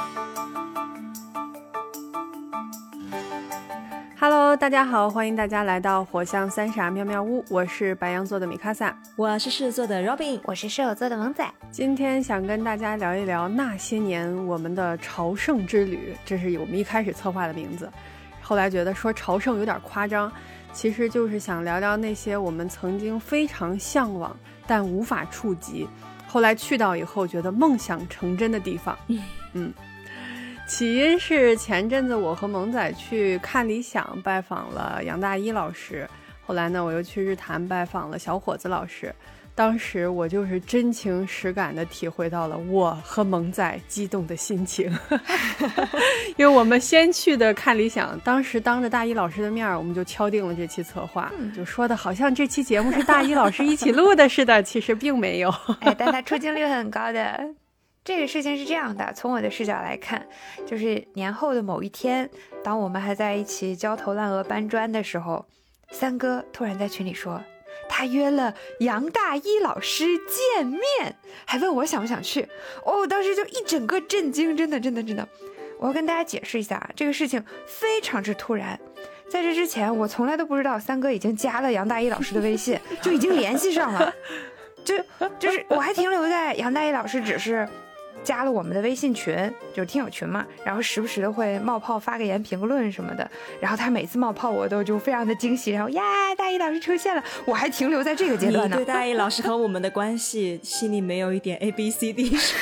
Hello， 大家好，欢迎大家来到火象三傻妙妙屋，我是白羊座的米卡萨， 我是狮子座的 Robin， 我是射手座的萌仔。 今天想跟大家聊一聊那些年我们的朝圣之旅，这是我们一开始策划的名字，后来觉得说朝圣有点夸张，其实就是想聊聊那些我们曾经非常向往但无法触及，后来去到以后觉得梦想成真的地方。起因是前阵子我和萌仔去看理想拜访了杨大一老师，后来呢我又去日坛拜访了小伙子老师，当时我就是真情实感地体会到了我和萌仔激动的心情因为我们先去的看理想，当时当着大一老师的面我们就敲定了这期策划，就说的好像这期节目是大一老师一起录的似的其实并没有但他出镜率很高的。这个事情是这样的，从我的视角来看，就是年后的某一天，当我们还在一起焦头烂额搬砖的时候，三哥突然在群里说他约了杨大一老师见面，还问我想不想去。当时就一整个震惊，真的。我要跟大家解释一下，这个事情非常之突然，在这之前我从来都不知道三哥已经加了杨大一老师的微信就已经联系上了，就是我还停留在杨大一老师只是加了我们的微信群，就是听友群嘛，然后时不时的会冒泡发个言评论什么的，然后他每次冒泡我都就非常的惊喜，然后呀大一老师出现了，我还停留在这个阶段呢。 你对大一老师和我们的关系心里没有一点 ABCD 数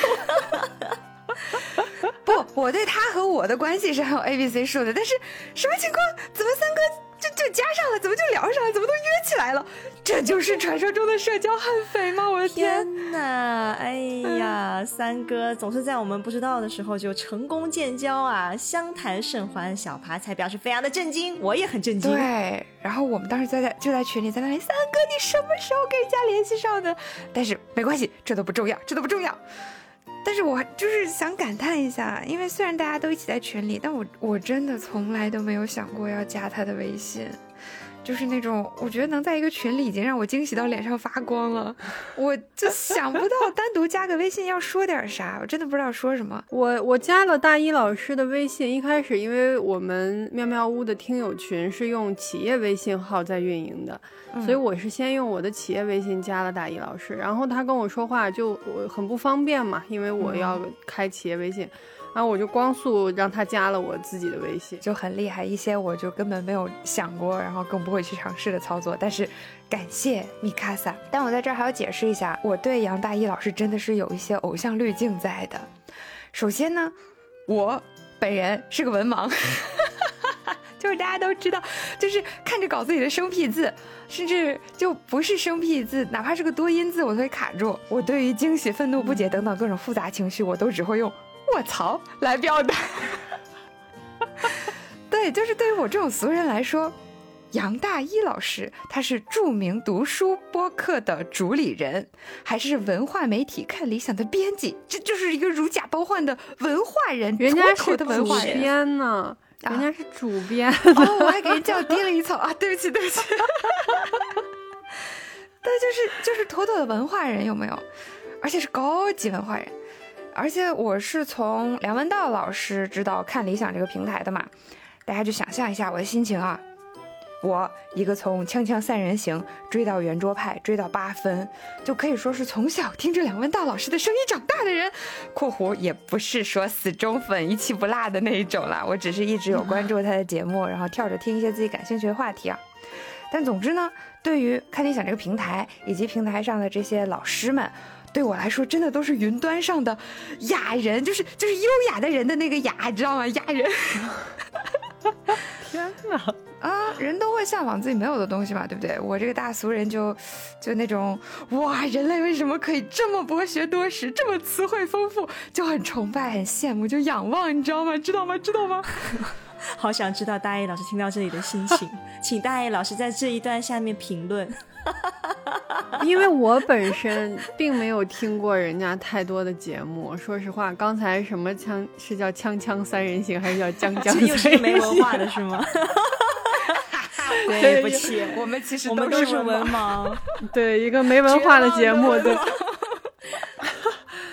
不，我对他和我的关系是很有 ABC 数的，但是什么情况，怎么三哥就加上了，怎么就聊上了，怎么都约起来了？这就是传说中的社交悍匪吗？我的天哪！哎呀，三哥总是在我们不知道的时候就成功建交啊，相谈甚欢。小爬才表示非常的震惊，我也很震惊。 对，然后我们当时就在群里在那里，三哥你什么时候跟人家联系上的？但是没关系，这都不重要。但是我就是想感叹一下，因为虽然大家都一起在群里，但我真的从来都没有想过要加他的微信，就是那种我觉得能在一个群里已经让我惊喜到脸上发光了，我就想不到单独加个微信要说点啥，我真的不知道说什么。 我加了大一老师的微信，一开始因为我们妙妙屋的听友群是用企业微信号在运营的，所以我是先用我的企业微信加了大一老师，然后他跟我说话就很不方便嘛，因为我要开企业微信，然后我就光速让他加了我自己的微信， 就很厉害，一些我就根本没有想过，然后更不会去尝试的操作，但是感谢米卡萨。但我在这儿还要解释一下，我对杨大一老师真的是有一些偶像滤镜在的。首先呢，我本人是个文盲就是大家都知道，就是看着稿子里的生僻字，甚至就不是生僻字，哪怕是个多音字我都会卡住。我对于惊喜、愤怒、不解等等各种复杂情绪，我都只会用卧槽来表达对，就是对于我这种俗人来说，杨大一老师他是著名读书播客的主理人，还是文化媒体看理想的编辑，这就是一个如假包换的文化人， 人家是的文化人编呢，人家是主编我还给人叫低了一层啊，对不起对就是妥妥的文化人，有没有？而且是高级文化人。而且我是从梁文道老师知道看理想这个平台的嘛，大家就想象一下我的心情啊，我一个从锵锵三人行追到圆桌派追到8分，就可以说是从小听着梁文道老师的声音长大的人，括弧也不是说死忠粉一期不落的那一种啦，我只是一直有关注他的节目，然后跳着听一些自己感兴趣的话题啊。但总之呢，对于看理想这个平台以及平台上的这些老师们，对我来说真的都是云端上的雅人，就是优雅的人的那个雅，你知道吗？雅人天哪啊，人都会向往自己没有的东西嘛，对不对？我这个大俗人就那种哇，人类为什么可以这么博学多识，这么词汇丰富，就很崇拜很羡慕，就仰望，你知道吗？知道吗好想知道大一老师听到这里的心情请大一老师在这一段下面评论因为我本身并没有听过人家太多的节目，说实话，刚才什么是叫锵锵三人行还是叫江江三人行？ 这又是没文化的是吗？对不起， 我们其实我们都是文盲， 对，一个没文化的节目，对。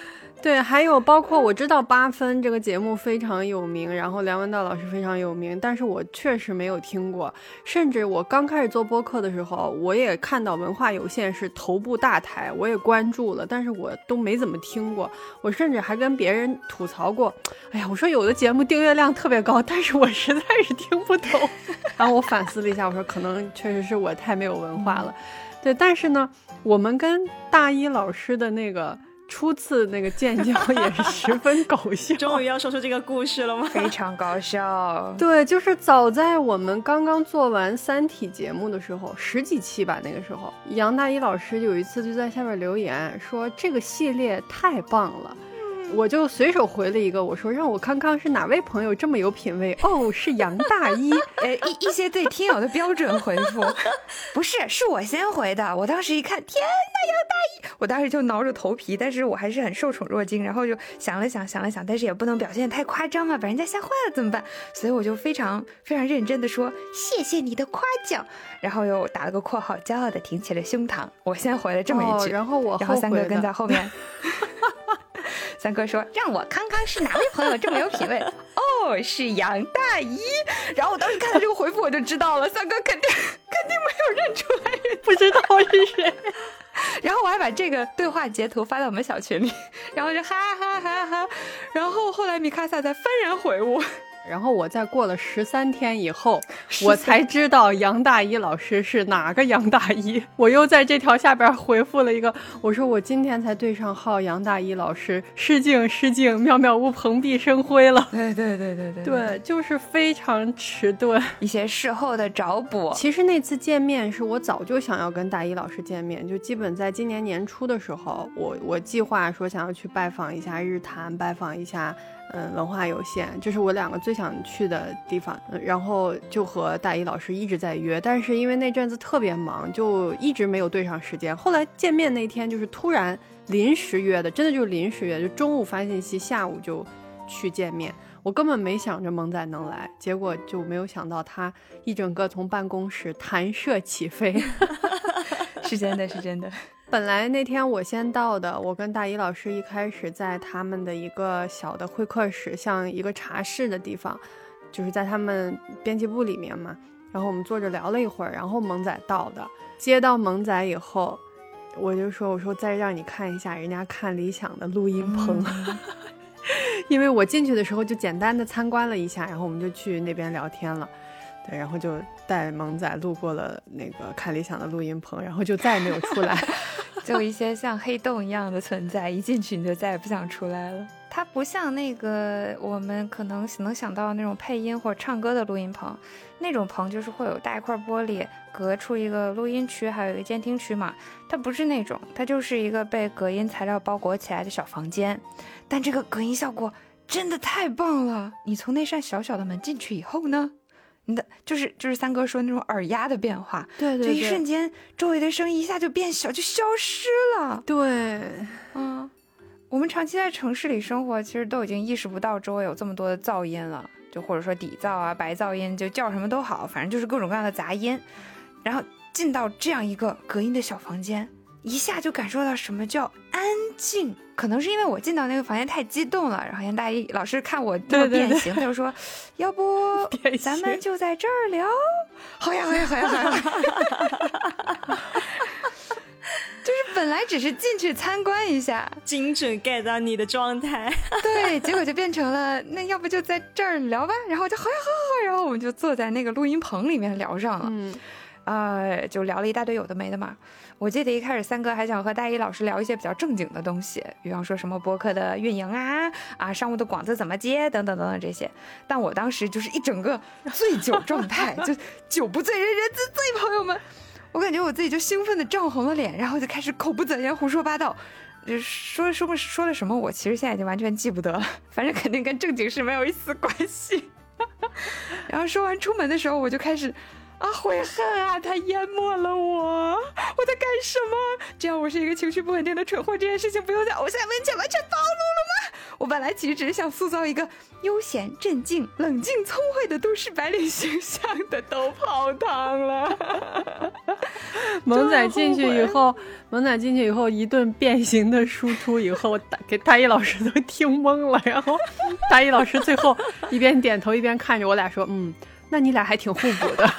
对，还有包括我知道8分这个节目非常有名，然后梁文道老师非常有名，但是我确实没有听过，甚至我刚开始做播客的时候，我也看到文化有限是头部大台，我也关注了，但是我都没怎么听过，我甚至还跟别人吐槽过，哎呀，我说有的节目订阅量特别高，但是我实在是听不懂。然后我反思了一下，我说可能确实是我太没有文化了。对，但是呢，我们跟大一老师的那个初次那个建交也是十分搞笑。 终于要说出这个故事了吗？ 非常搞笑。 对，就是早在我们刚刚做完3体节目的时候，10几期吧，那个时候杨大一老师有一次就在下面留言说这个系列太棒了，我就随手回了一个，我说让我看看是哪位朋友这么有品位。哦，是杨大一。 一些对听友的标准回复。不是，是我先回的。我当时一看，天哪，杨大一！我当时就挠着头皮，但是我还是很受宠若惊，然后就想了想，但是也不能表现太夸张嘛，把人家吓坏了怎么办？所以我就非常非常认真的说谢谢你的夸奖，然后又打了个括号，骄傲的挺起了胸膛。我先回了这么一句， 然后三哥跟在后面。三哥说让我看看是哪位朋友这么有品位。哦，是杨大一。然后我当时看到这个回复我就知道了，三哥肯定没有认出来， 不知道是谁。 然后我还把这个对话截图发到我们小群里，然后就哈哈哈哈。然后后来米卡萨才幡然悔悟。 然后我在过了13天以后，我才知道杨大一老师是哪个杨大一。我又在这条下边回复了一个，我说我今天才对上号杨大一老师，失敬，妙妙屋蓬荜生辉了。对，就是非常迟钝， 一些事后的找补。 其实那次见面是我早就想要跟大一老师见面，就基本在今年年初的时候，我计划说想要去拜访一下日坛，拜访一下文化有限，这是我2个最想去的地方，然后就和大一老师一直在约，但是因为那阵子特别忙，就一直没有对上时间。后来见面那天就是突然临时约的，真的就是临时约，就中午发信息，下午就去见面。我根本没想着萌仔能来，结果就没有想到他一整个从办公室弹射起飞。 是真的。 本来那天我先到的，我跟大一老师一开始在他们的一个小的会客室，像一个茶室的地方，就是在他们编辑部里面嘛，然后我们坐着聊了一会儿，然后萌仔到的。接到萌仔以后，我就说再让你看一下人家看理想的录音棚。因为我进去的时候就简单的参观了一下，然后我们就去那边聊天了。对，然后就带萌仔路过了那个看理想的录音棚，然后就再也没有出来。 就一些像黑洞一样的存在，一进去你就再也不想出来了。它不像那个我们可能能想到那种配音或者唱歌的录音棚，那种棚就是会有大一块玻璃隔出一个录音区，还有一个监听区嘛。它不是那种，它就是一个被隔音材料包裹起来的小房间，但这个隔音效果真的太棒了。你从那扇小小的门进去以后呢，你的就是三哥说那种耳压的变化， 对， 就一瞬间周围的声音一下就变小，就消失了。 对， 我们长期在城市里生活，其实都已经意识不到周围有这么多的噪音了，就或者说底噪啊、白噪音，就叫什么都好，反正就是各种各样的杂音。然后进到这样一个隔音的小房间，一下就感受到什么叫安静。可能是因为我进到那个房间太激动了，然后杨大一老师看我这么变形，他就说要不咱们就在这儿聊。好呀。就是本来只是进去参观一下， 精准 get 到你的状态。 对，结果就变成了那要不就在这儿聊吧，然后就好，然后我们就坐在那个录音棚里面聊上了。就聊了一大堆有的没的嘛。我记得一开始三哥还想和大一老师聊一些比较正经的东西，比方说什么播客的运营啊，商务的广子怎么接等等这些。但我当时就是一整个醉酒状态，就酒不醉人人自醉，朋友们。我感觉我自己就兴奋的涨红了脸，然后就开始口不择言胡说八道。说了什么我其实现在已经完全记不得了，反正肯定跟正经事没有一丝关系。然后说完出门的时候我就开始悔恨他淹没了我在干什么？这样我是一个情绪不稳定的蠢货，这件事情不用在偶像面前完全暴露了吗？ 我本来其实只是想塑造一个悠闲、镇静、冷静、聪慧的都市白领形象的，都泡汤了。 萌仔进去以后一顿变形的输出以后，给大一老师都听懵了，然后大一老师最后一边点头一边看着我俩说：“那你俩还挺互补的。”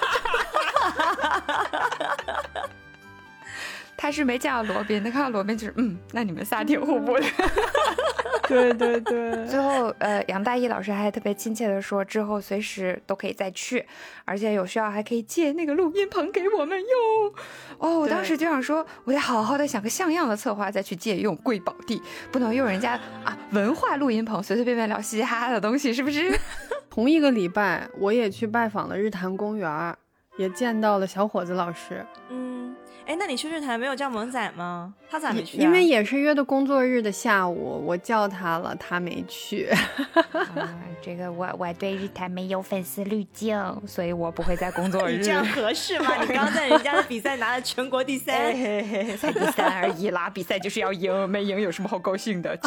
他是没见到罗宾，他看到罗宾就是那你们仨挺互补的。 对对对。 最后杨大一老师还特别亲切的说，之后随时都可以再去，而且有需要还可以借那个录音棚给我们用。我当时就想说，我得好好的想个像样的策划再去借用，贵宝地不能用人家文化录音棚随随便便聊嘻嘻哈哈的东西，是不是？ 同一个礼拜我也去拜访了日坛公园，也见到了小伙子老师。 那你去日坛没有叫萌仔吗？他咋没去因为也是约的工作日的下午，我叫他了，他没去。 这个我对日坛没有粉丝滤镜，所以我不会在工作日。 你这样合适吗？你刚在人家的比赛拿了全国第3， 才第3而已啦，比赛就是要赢，没赢有什么好高兴的？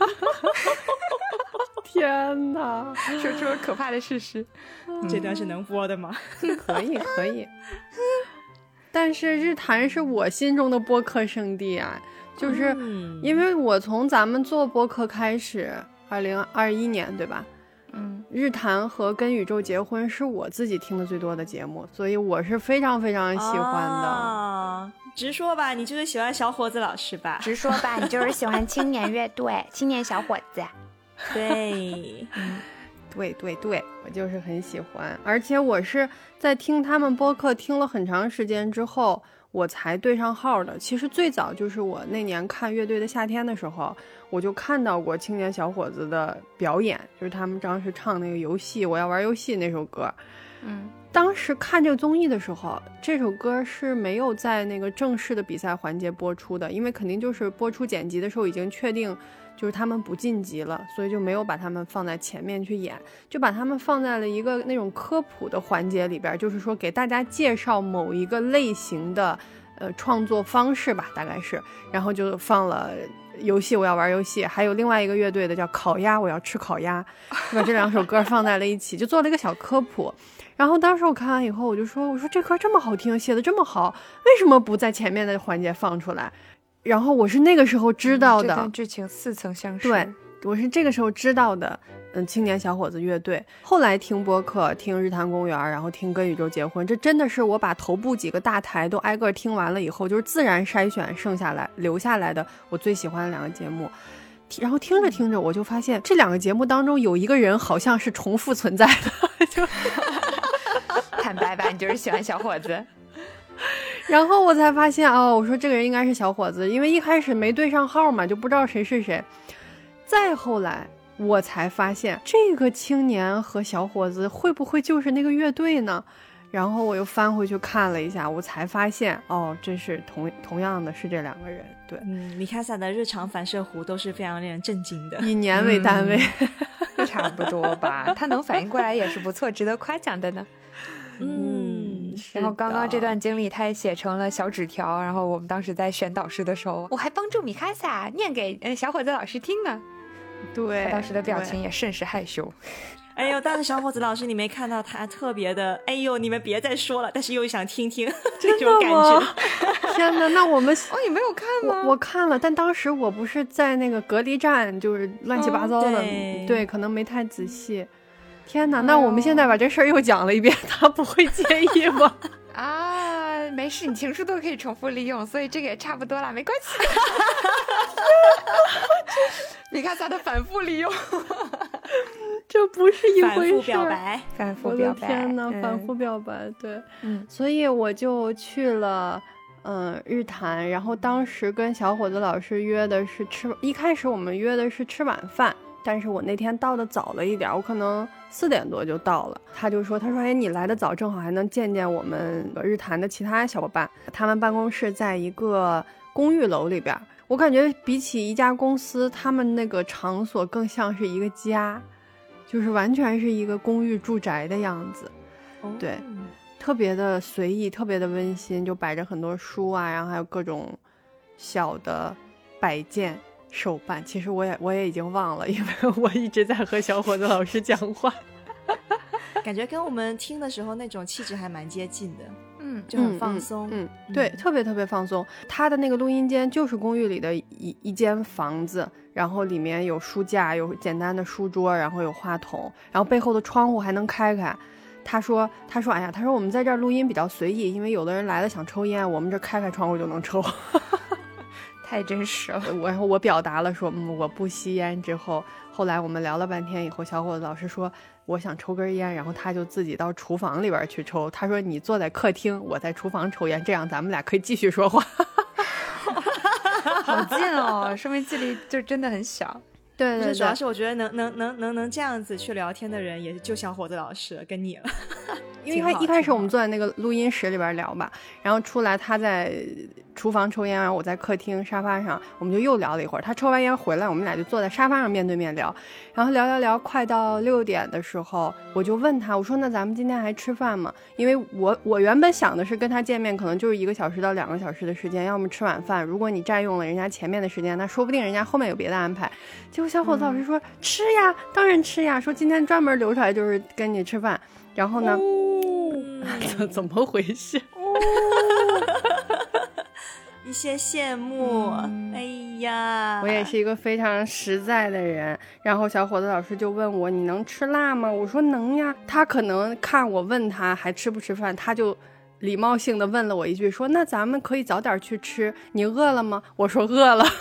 天哪， 说出了可怕的事实。 这段是能播的吗？ 可以。但是日坛是我心中的播客圣地啊，就是因为我从咱们做播客开始，2021年对吧？日坛和跟宇宙结婚是我自己听的最多的节目，所以我是非常非常喜欢的。 直说吧，你就是喜欢小伙子老师吧？ 直说吧，你就是喜欢青年乐队、青年小伙子。 对。 对，我就是很喜欢，而且我是在听他们播客听了很长时间之后，我才对上号的。其实最早就是我那年看乐队的夏天的时候，我就看到过青年小伙子的表演，就是他们当时唱那个游戏，我要玩游戏那首歌。当时看这个综艺的时候，这首歌是没有在那个正式的比赛环节播出的，因为肯定就是播出剪辑的时候已经确定就是他们不晋级了，所以就没有把他们放在前面去演，就把他们放在了一个那种科普的环节里边，就是说给大家介绍某一个类型的创作方式吧，大概是，然后就放了游戏我要玩游戏，还有另外一个乐队的叫烤鸭我要吃烤鸭，就把这2首歌放在了一起，就做了一个小科普。然后当时我看完以后，我说这歌这么好听，写的这么好，为什么不在前面的环节放出来？然后我是那个时候知道的， 这段剧情似曾相识。 对，我是这个时候知道的。青年小伙子乐队，后来听播客，听日坛公园，然后听跟宇宙结婚，这真的是我把头部几个大台都挨个听完了以后，就是自然筛选剩下来留下来的我最喜欢的2个节目。然后听着听着，我就发现这2个节目当中有一个人好像是重复存在的，就坦白吧，你就是喜欢小伙子。 然后我才发现我说这个人应该是小伙子，因为一开始没对上号嘛，就不知道谁是谁。再后来我才发现这个青年和小伙子会不会就是那个乐队呢？然后我又翻回去看了一下，我才发现这是同样的是这2个人。对， 米卡萨的日常反射弧都是非常令人震惊的， 以年为单位。 差不多吧，他能反应过来也是不错，值得夸奖的呢。然后刚刚这段经历他也写成了小纸条，然后我们当时在选导师的时候，我还帮助米卡萨念给小伙子老师听呢。 对， 他当时的表情也甚是害羞。 哎呦，但是小伙子老师你没看到他特别的，哎呦你们别再说了，但是又想听听这种感觉。 天哪，那我们你没有看吗？ 我看了，但当时我不是在那个隔离站，就是乱七八糟的，对，可能没太仔细。天哪，那我们现在把这事儿又讲了一遍，他不会介意吗？ 没事，你情书都可以重复利用，所以这个也差不多了，没关系。米卡萨的反复利用， 这不是一回事。 反复表白， 我的天哪，反复表白，对，所以我就去了日坛，然后当时跟小伙子老师约的是一开始我们约的是吃晚饭，但是我那天到的早了一点，我可能4点多就到了。他说哎，你来的早，正好还能见见我们日坛的其他小伙伴。他们办公室在一个公寓楼里边，我感觉比起一家公司，他们那个场所更像是一个家，就是完全是一个公寓住宅的样子。对，特别的随意，特别的温馨，就摆着很多书啊，然后还有各种小的摆件， 手办，其实我也已经忘了，因为我一直在和小伙子老师讲话。 感觉跟我们听的时候那种气质还蛮接近的，就很放松。 对，特别特别放松。他的那个录音间就是公寓里的一间房子，然后里面有书架，有简单的书桌，然后有话筒，然后背后的窗户还能开开。他说哎呀，他说我们在这儿录音比较随意，因为有的人来了想抽烟，我们这开开窗户就能抽。 太真实了。 然后我表达了说我不吸烟之后，后来我们聊了半天以后，小伙子老师说我想抽根烟，然后他就自己到厨房里边去抽。他说你坐在客厅，我在厨房抽烟，这样咱们俩可以继续说话。 好近哦，说明距离就真的很小。 对对对， 主要是我觉得能这样子去聊天的人，也就小伙子老师跟你了。 因为一开始我们坐在那个录音室里边聊吧，然后出来他在厨房抽烟，然后我在客厅沙发上，我们就又聊了一会儿。他抽完烟回来，我们俩就坐在沙发上面对面聊，然后聊，快到6点的时候，我就问他，我说那咱们今天还吃饭吗？因为我原本想的是跟他见面可能就是1个小时到2个小时的时间，要么吃晚饭，如果你占用了人家前面的时间，那说不定人家后面有别的安排。结果小伙子老师说吃呀，当然吃呀，说今天专门留出来就是跟你吃饭。然后呢怎么回事？ 一些羡慕。哎呀， 我也是一个非常实在的人。然后小伙子老师就问我你能吃辣吗？我说能呀。他可能看我问他还吃不吃饭，他就礼貌性的问了我一句，说那咱们可以早点去吃，你饿了吗？我说饿了。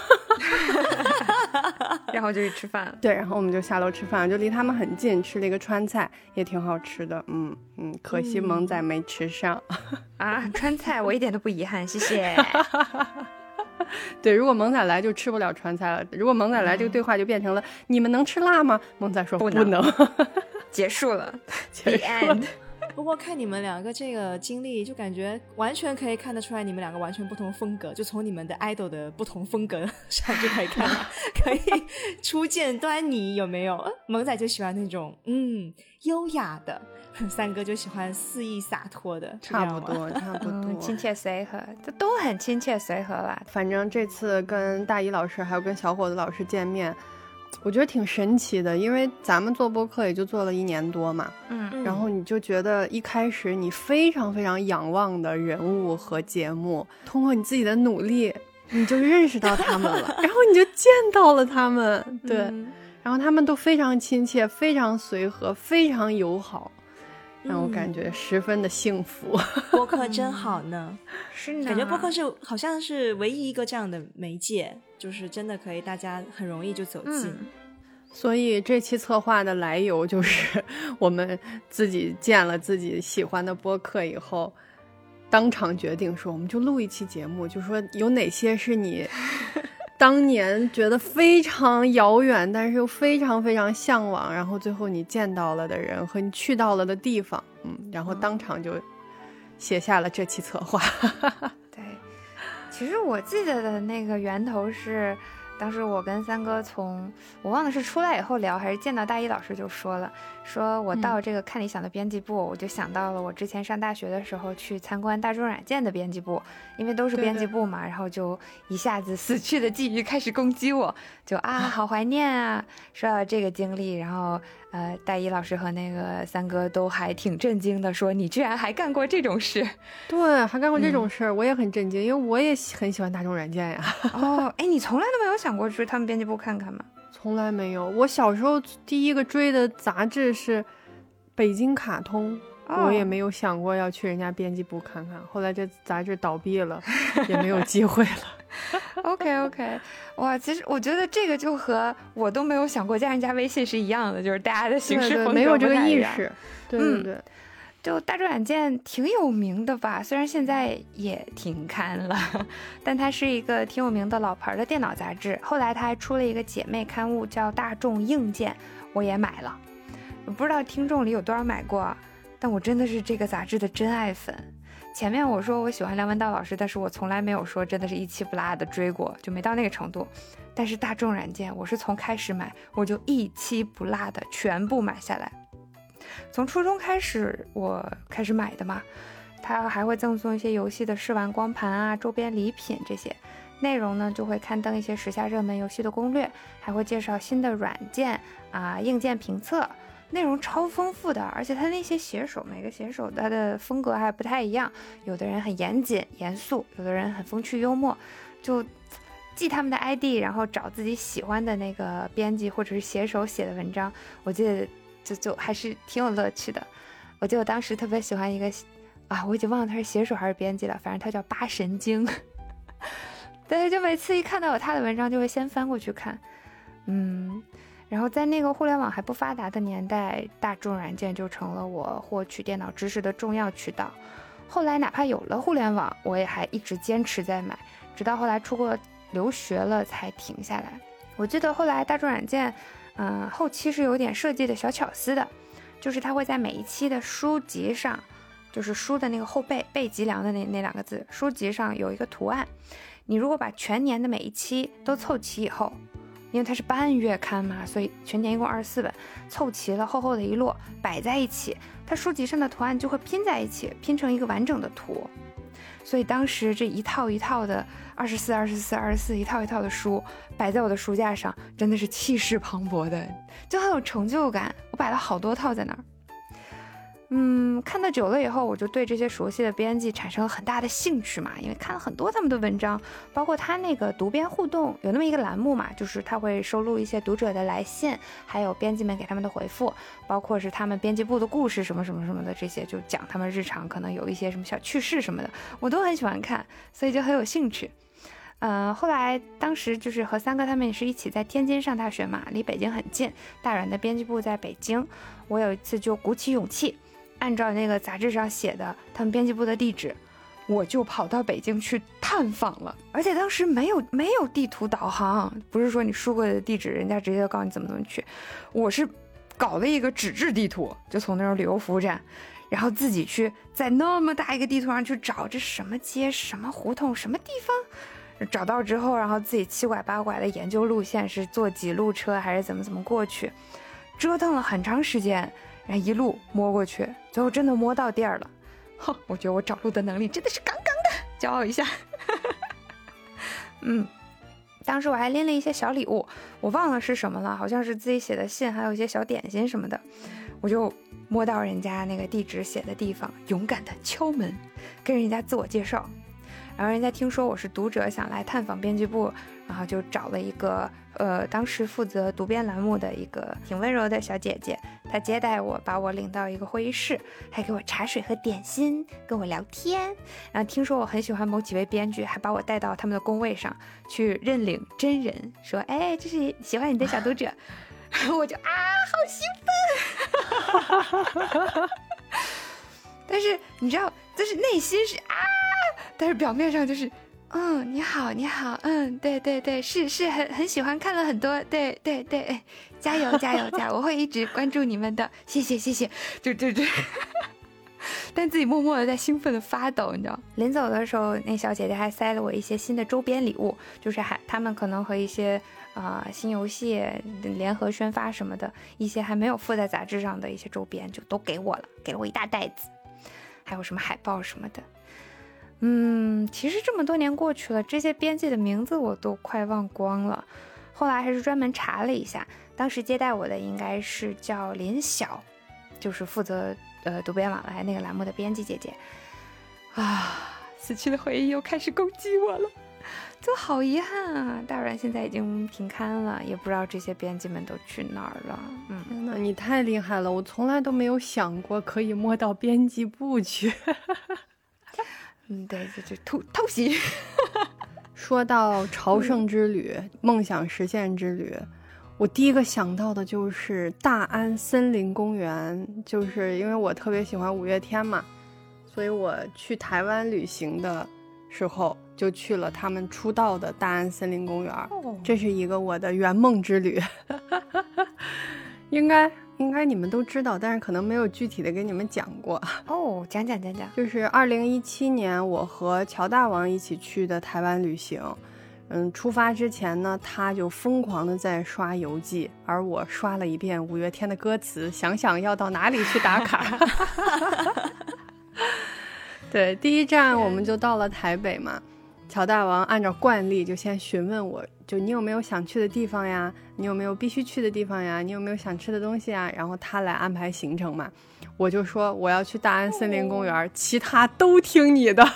然后就去吃饭了。 对，然后我们就下楼吃饭，就离他们很近，吃了一个川菜，也挺好吃的。可惜萌仔没吃上。 啊，川菜我一点都不遗憾，谢谢。 对，如果萌仔来就吃不了川菜了。如果萌仔来，这个对话就变成了你们能吃辣吗？萌仔说不能。 结束了。 The end。 不过看你们两个这个经历，就感觉完全可以看得出来你们两个完全不同风格，就从你们的 idol 的不同风格上就可以看到，可以初见端倪，有没有？萌仔就喜欢那种优雅的，三哥就喜欢肆意洒脱的， 差不多。 亲切随和，这都很亲切随和啦。 反正这次跟大一老师还有跟小伙子老师见面，我觉得挺神奇的，因为咱们做播客也就做了1年多嘛，然后你就觉得一开始你非常非常仰望的人物和节目，通过你自己的努力，你就认识到他们了，然后你就见到了他们，对，然后他们都非常亲切，非常随和，非常友好，让我感觉十分的幸福。 播客真好呢。 是呢， 感觉播客是好像是唯一一个这样的媒介，就是真的可以大家很容易就走近。 所以这期策划的来由就是我们自己见了自己喜欢的播客以后，当场决定说我们就录一期节目，就说有哪些是你当年觉得非常遥远但是又非常非常向往，然后最后你见到了的人和你去到了的地方，然后当场就写下了这期策划。 对，其实我记得的那个源头是当时我跟三哥我忘了是出来以后聊还是见到大一老师就说了，说我到这个看理想的编辑部，我就想到了我之前上大学的时候去参观大众软件的编辑部，因为都是编辑部嘛，然后就一下子死去的记忆开始攻击我，就好怀念啊。说到这个经历，然后大一老师和那个三哥都还挺震惊的，说你居然还干过这种事。 对，还干过这种事我也很震惊，因为我也很喜欢大众软件呀。 你从来都没有想过去他们编辑部看看吗？ 从来没有。我小时候第一个追的杂志是北京卡通，我也没有想过要去人家编辑部看看，后来这杂志倒闭了也没有机会了。 OK， 哇，其实我觉得这个就和我都没有想过加人家微信是一样的，就是大家的行事风格没有这个意识。对， 就大众软件挺有名的吧，虽然现在也停刊了，但它是一个挺有名的老牌的电脑杂志。后来它还出了一个姐妹刊物叫大众硬件，我也买了。我不知道听众里有多少买过，但我真的是这个杂志的真爱粉。前面我说我喜欢梁文道老师，但是我从来没有说真的是一期不落的追过，就没到那个程度。但是大众软件我是从开始买我就一期不落的全部买下来，从初中开始我开始买的嘛，它还会赠送一些游戏的试玩光盘啊、周边礼品这些。 内容呢就会刊登一些时下热门游戏的攻略，还会介绍新的软件硬件评测，内容超丰富的。而且他那些写手，每个写手他的风格还不太一样，有的人很严谨严肃，有的人很风趣幽默，就记他们的 ID， 然后找自己喜欢的那个编辑或者是写手写的文章，我记得就还是挺有乐趣的。我记得我当时特别喜欢一个我已经忘了他是写手还是编辑了，反正他叫八神经。对，就每次一看到有他的文章就会先翻过去看。然后在那个互联网还不发达的年代，大众软件就成了我获取电脑知识的重要渠道。后来哪怕有了互联网，我也还一直坚持在买，直到后来出国留学了才停下来。我记得后来大众软件后期是有点设计的小巧思的，就是它会在每一期的书籍上，就是书的那个后背脊梁的那两个字，书籍上有一个图案。你如果把全年的每一期都凑齐以后，因为它是半月刊嘛，所以全年一共24本，凑齐了厚厚的一摞摆在一起，它书籍上的图案就会拼在一起，拼成一个完整的图。所以当时这一套一套的24一套一套的书摆在我的书架上，真的是气势磅礴的，就很有成就感。我摆了好多套在那儿。看得久了以后，我就对这些熟悉的编辑产生了很大的兴趣嘛，因为看了很多他们的文章，包括他那个读编互动有那么一个栏目嘛，就是他会收录一些读者的来信，还有编辑们给他们的回复，包括是他们编辑部的故事什么什么什么的，这些就讲他们日常可能有一些什么小趣事什么的，我都很喜欢看，所以就很有兴趣。后来当时就是和三哥他们也是一起在天津上大学嘛，离北京很近，大软的编辑部在北京。我有一次就鼓起勇气，按照那个杂志上写的他们编辑部的地址，我就跑到北京去探访了。而且当时没有地图导航，不是说你输过的地址人家直接就告诉你怎么去，我是搞了一个纸质地图，就从那种旅游服务站，然后自己去在那么大一个地图上去找这什么街什么胡同什么地方，找到之后然后自己七拐八拐的研究路线，是坐几路车还是怎么过去，折腾了很长时间，然后一路摸过去，最后真的摸到地儿了。我觉得我找路的能力真的是杠杠的，骄傲一下。当时我还拎了一些小礼物，我忘了是什么了，好像是自己写的信，还有一些小点心什么的。我就摸到人家那个地址写的地方，勇敢的敲门，跟人家自我介绍。然后人家听说我是读者，想来探访编辑部，然后就找了一个当时负责读编栏目的一个挺温柔的小姐姐，她接待我，把我领到一个会议室，还给我茶水和点心，跟我聊天。然后听说我很喜欢某几位编剧，还把我带到他们的工位上去认领真人，说哎，这是喜欢你的小读者。我就好兴奋。但是你知道，就是内心是但是表面上就是你好你好，对，是很喜欢，看了很多，对，加油，我会一直关注你们的，谢谢，就但自己默默的在兴奋的发抖，你知道。临走的时候，那小姐姐还塞了我一些新的周边礼物，就是他们可能和一些新游戏联合宣发什么的，一些还没有附在杂志上的一些周边就都给我了，给了我一大袋子，还有什么海报什么的。其实这么多年过去了，这些编辑的名字我都快忘光了。后来还是专门查了一下，当时接待我的应该是叫林晓，就是负责读编往来那个栏目的编辑姐姐。死去的回忆又开始攻击我了，就好遗憾啊！大软现在已经停刊了，也不知道这些编辑们都去哪儿了。 天哪，你太厉害了！我从来都没有想过可以摸到编辑部去。 对，就偷袭。 说到朝圣之旅、梦想实现之旅，我第一个想到的就是大安森林公园，就是因为我特别喜欢五月天嘛，所以我去台湾旅行的时候就去了他们出道的大安森林公园，这是一个我的圆梦之旅。应该你们都知道，但是可能没有具体的给你们讲过。 讲。 就是2017年我和乔大王一起去的台湾旅行。出发之前呢，他就疯狂的在刷游记，而我刷了一遍五月天的歌词，想要到哪里去打卡。对，第一站我们就到了台北嘛。 乔大王按照惯例就先询问我，就你有没有想去的地方呀，你有没有必须去的地方呀，你有没有想吃的东西呀，然后他来安排行程嘛。我就说我要去大安森林公园，其他都听你的。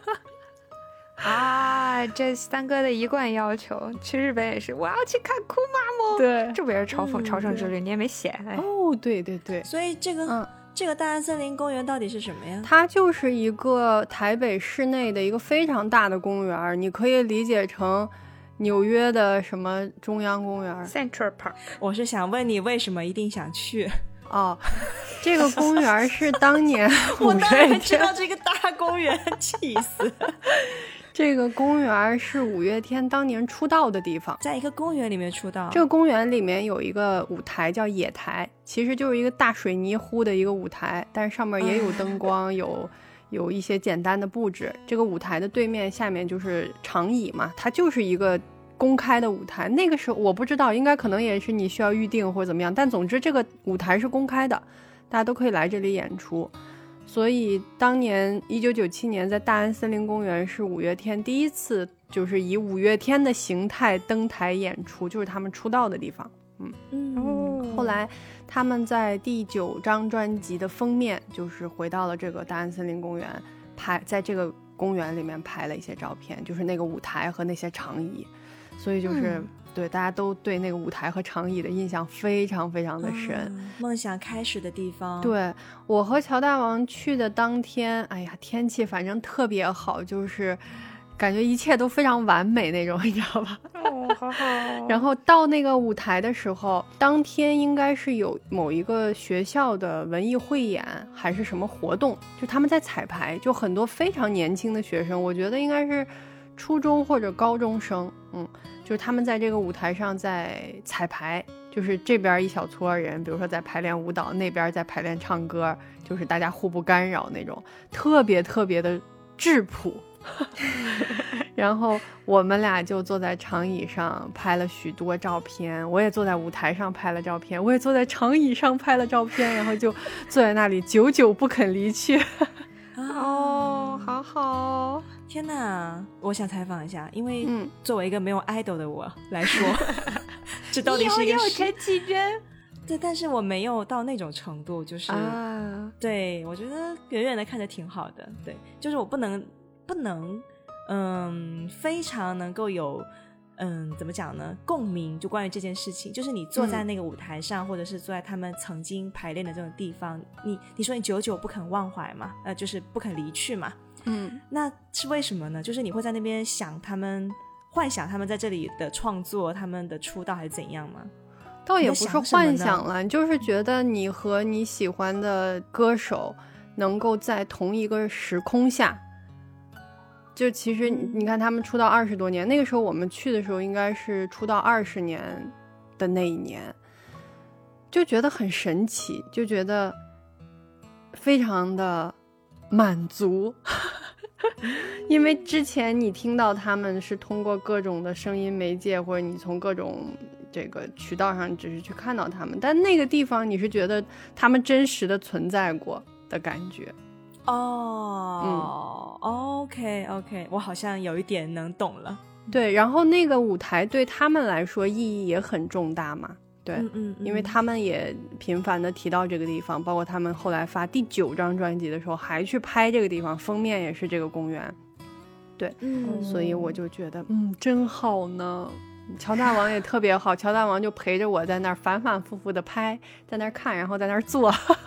啊，这三哥的一贯要求，去日本也是，我要去看库玛莫。 对， 这不也是朝圣之旅？你也没写。哎， 哦，对对对， 所以这个大安森林公园到底是什么呀？ 它就是一个台北市内的一个非常大的公园，你可以理解成纽约的什么中央公园 Central Park。 我是想问你为什么一定想去？ 哦，这个公园是当年我当然知道这个大公园，气死。 这个公园是五月天当年出道的地方， 在一个公园里面出道。 这个公园里面有一个舞台叫野台，其实就是一个大水泥糊的一个舞台，但是上面也有灯光，有一些简单的布置。这个舞台的对面下面就是长椅嘛，它就是一个公开的舞台。那个时候我不知道，应该可能也是你需要预定或者怎么样，但总之这个舞台是公开的，大家都可以来这里演出。所以当年1997年在大安森林公园是五月天第一次就是以五月天的形态登台演出，就是他们出道的地方。后来他们在第9张专辑的封面就是回到了这个大安森林公园，在这个公园里面拍了一些照片，就是那个舞台和那些长椅。所以就是对大家都对那个舞台和长椅的印象非常非常的深， 梦想开始的地方。 对，我和乔大王去的当天，哎呀，天气反正特别好，就是感觉一切都非常完美那种，你知道吧？ 哦，好好。 然后到那个舞台的时候，当天应该是有某一个学校的文艺汇演还是什么活动，就他们在彩排，就很多非常年轻的学生，我觉得应该是初中或者高中生，就是他们在这个舞台上在彩排，就是这边一小撮人，比如说在排练舞蹈，那边在排练唱歌，就是大家互不干扰那种，特别特别的质朴。然后我们俩就坐在长椅上拍了许多照片，我也坐在舞台上拍了照片，我也坐在长椅上拍了照片，然后就坐在那里久久不肯离去。 哦，好好。 天哪，我想采访一下，因为作为一个没有 idol 的我来说，这到底是一个陈绮贞。 对，但是我没有到那种程度，就是对，我觉得远远的看着挺好的。对，就是我不能非常能够有怎么讲呢，共鸣，就关于这件事情，就是你坐在那个舞台上，或者是坐在他们曾经排练的这种地方，你说你久久不肯忘怀嘛，就是不肯离去嘛。那是为什么呢？就是你会在那边想他们，幻想他们在这里的创作，他们的出道还是怎样吗？ 倒也不是幻想了，就是觉得你和你喜欢的歌手能够在同一个时空下，就其实你看他们出道20多年，那个时候我们去的时候应该是出道20年的那一年，就觉得很神奇，就觉得非常的满足。因为之前你听到他们是通过各种的声音媒介，或者你从各种这个渠道上只是去看到他们，但那个地方你是觉得他们真实的存在过的感觉。 OK， 我好像有一点能懂了。 对，然后那个舞台对他们来说意义也很重大嘛。对，因为他们也频繁的提到这个地方，包括他们后来发第9张专辑的时候还去拍这个地方，封面也是这个公园。对，所以我就觉得真好呢。乔大王也特别好，乔大王就陪着我在那儿反反复复的拍，在那儿看，然后在那儿坐。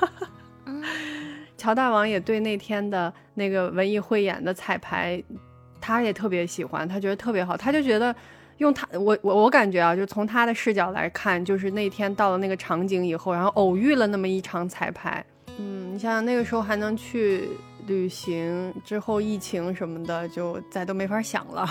乔大王也对那天的那个文艺汇演的彩排他也特别喜欢，他觉得特别好，他就觉得用他我感觉啊，就从他的视角来看，就是那天到了那个场景以后，然后偶遇了那么一场彩排。你想想那个时候还能去旅行，之后疫情什么的就再都没法想了。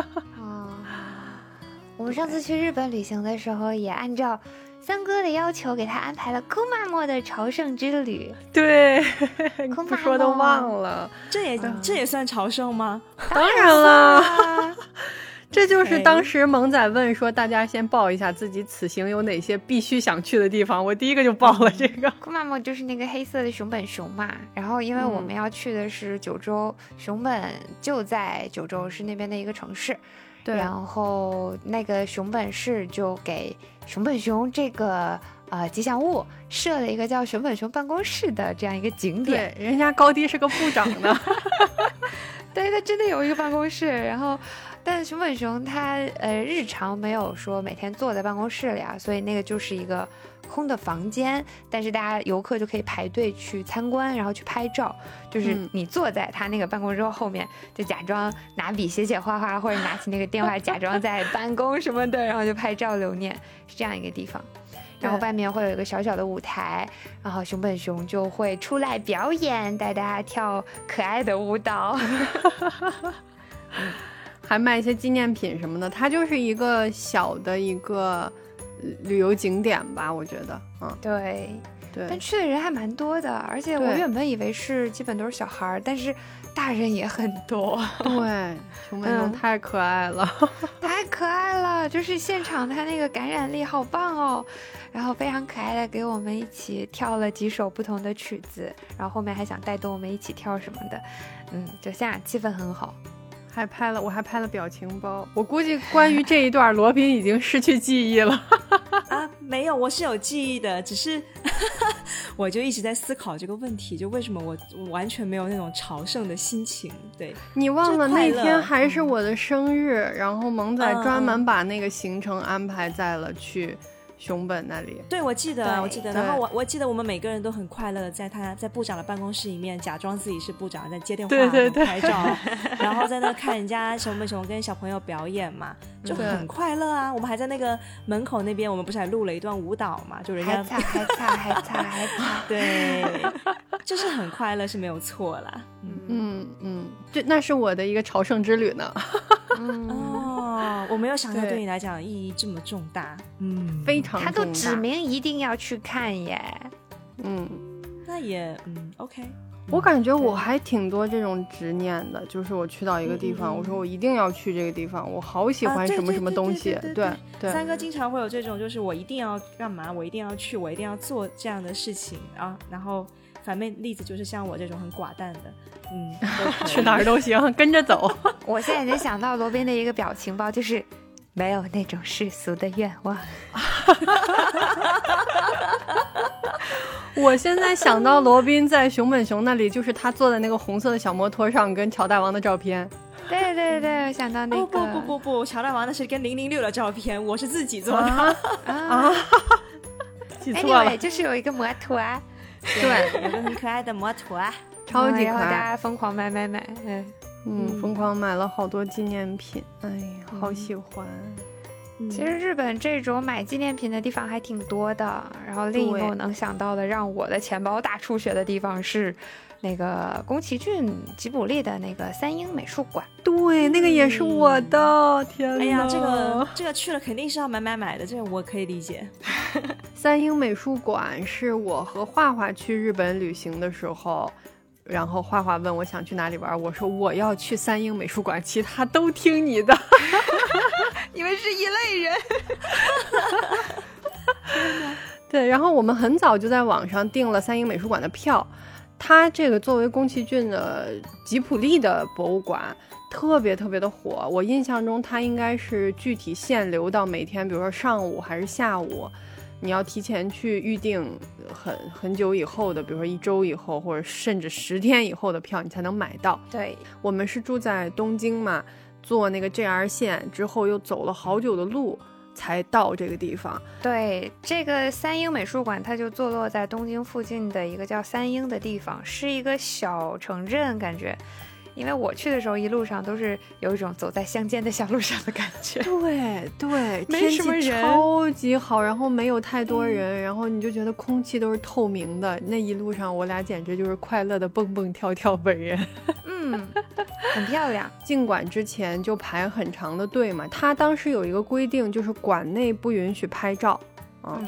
我们上次去日本旅行的时候也按照三哥的要求给他安排了库玛莫的朝圣之旅。 对，不说都忘了。 这也算朝圣吗？ 当然了。 这就是当时萌仔问说大家先报一下自己此行有哪些必须想去的地方，我第一个就报了这个。 库玛莫就是那个黑色的熊本熊嘛，然后因为我们要去的是九州，熊本就在九州，是那边的一个城市。 对， 然后那个熊本市就给熊本熊这个吉祥物设了一个叫熊本熊办公室的这样一个景点。 对，人家高低是个部长的。 对，他真的有一个办公室，然后但熊本熊他日常没有说每天坐在办公室里啊，所以那个就是一个空的房间，但是大家游客就可以排队去参观，然后去拍照，就是你坐在他那个办公桌后面，就假装拿笔写写画画，或者拿起那个电话假装在办公什么的，然后就拍照留念，是这样一个地方。然后外面会有一个小小的舞台，然后熊本熊就会出来表演，带大家跳可爱的舞蹈。 还卖一些纪念品什么的，它就是一个小的一个旅游景点吧，我觉得。 对， 对， 但去的人还蛮多的，而且我原本以为是基本都是小孩，但是大人也很多。 对，熊本熊太可爱了。 太可爱了，就是现场它那个感染力好棒哦，然后非常可爱的给我们一起跳了几首不同的曲子，然后后面还想带动我们一起跳什么的，就现场气氛很好。 我还拍了表情包，我估计关于这一段罗宾已经失去记忆了。 啊，没有，我是有记忆的，只是我就一直在思考这个问题，就为什么我完全没有那种朝圣的心情。对， 你忘了那天还是我的生日，然后萌仔专门把那个行程安排在了去熊本那里。 对，我记得。然后我记得我们每个人都很快乐的在部长的办公室里面假装自己是部长，在接电话， 对拍照，然后在那看人家熊本熊跟小朋友表演嘛，就很快乐啊。我们还在那个门口那边，我们不是还录了一段舞蹈嘛，就人家还擦， 对，就是很快乐是没有错啦。 那是我的一个朝圣之旅呢。 我没有想到对你来讲意义这么重大。 非常重大， 他都指明一定要去看耶。 那也OK。 我感觉我还挺多这种执念的，就是我去到一个地方，我说我一定要去这个地方，我好喜欢什么什么东西。对， 三哥经常会有这种，就是我一定要干嘛，我一定要去，我一定要做这样的事情啊。然后反面例子就是像我这种很寡淡的， 去哪儿都行，跟着走。 我现在能想到罗宾的一个表情包，就是没有那种世俗的愿望。 我现在想到罗宾在熊本熊那里，就是他坐在那个红色的小摩托上跟乔大王的照片。 对，我想到那个不，乔大王那是跟006的照片，我是自己做的记错了， 就是有一个摩托啊， 对，有个很可爱的摩托啊， 超级可爱， 然后大家疯狂买， 疯狂买了好多纪念品，哎呀，好喜欢。 其实日本这种买纪念品的地方还挺多的，然后另一个我能想到的让我的钱包大出血的地方是那个宫崎骏吉卜力的那个三鹰美术馆。 对，那个也是我的。天哪， 哎呀，这个去了肯定是要买的，这个我可以理解。 三鹰美术馆是我和画画去日本旅行的时候，然后画画问我想去哪里玩，我说我要去三鹰美术馆，其他都听你的。 你们是一类人。 对，然后我们很早就在网上订了三鹰美术馆的票。它这个作为宫崎骏的吉卜力的博物馆，特别特别的火。我印象中它应该是具体限流到每天，比如说上午还是下午，你要提前去预定很久以后的，比如说1周以后，或者甚至10天以后的票，你才能买到。 对， 我们是住在东京嘛，坐那个 JR 线之后又走了好久的路才到这个地方。 对，这个三鹰美术馆它就坐落在东京附近的一个叫三鹰的地方，是一个小城镇感觉。因为我去的时候一路上都是有一种走在乡间的小路上的感觉。 对， 没什么人， 天气超级好，然后没有太多人，然后你就觉得空气都是透明的。那一路上我俩简直就是快乐的蹦蹦跳跳本人。 很漂亮。 尽管之前就排很长的队嘛，他当时有一个规定，就是馆内不允许拍照所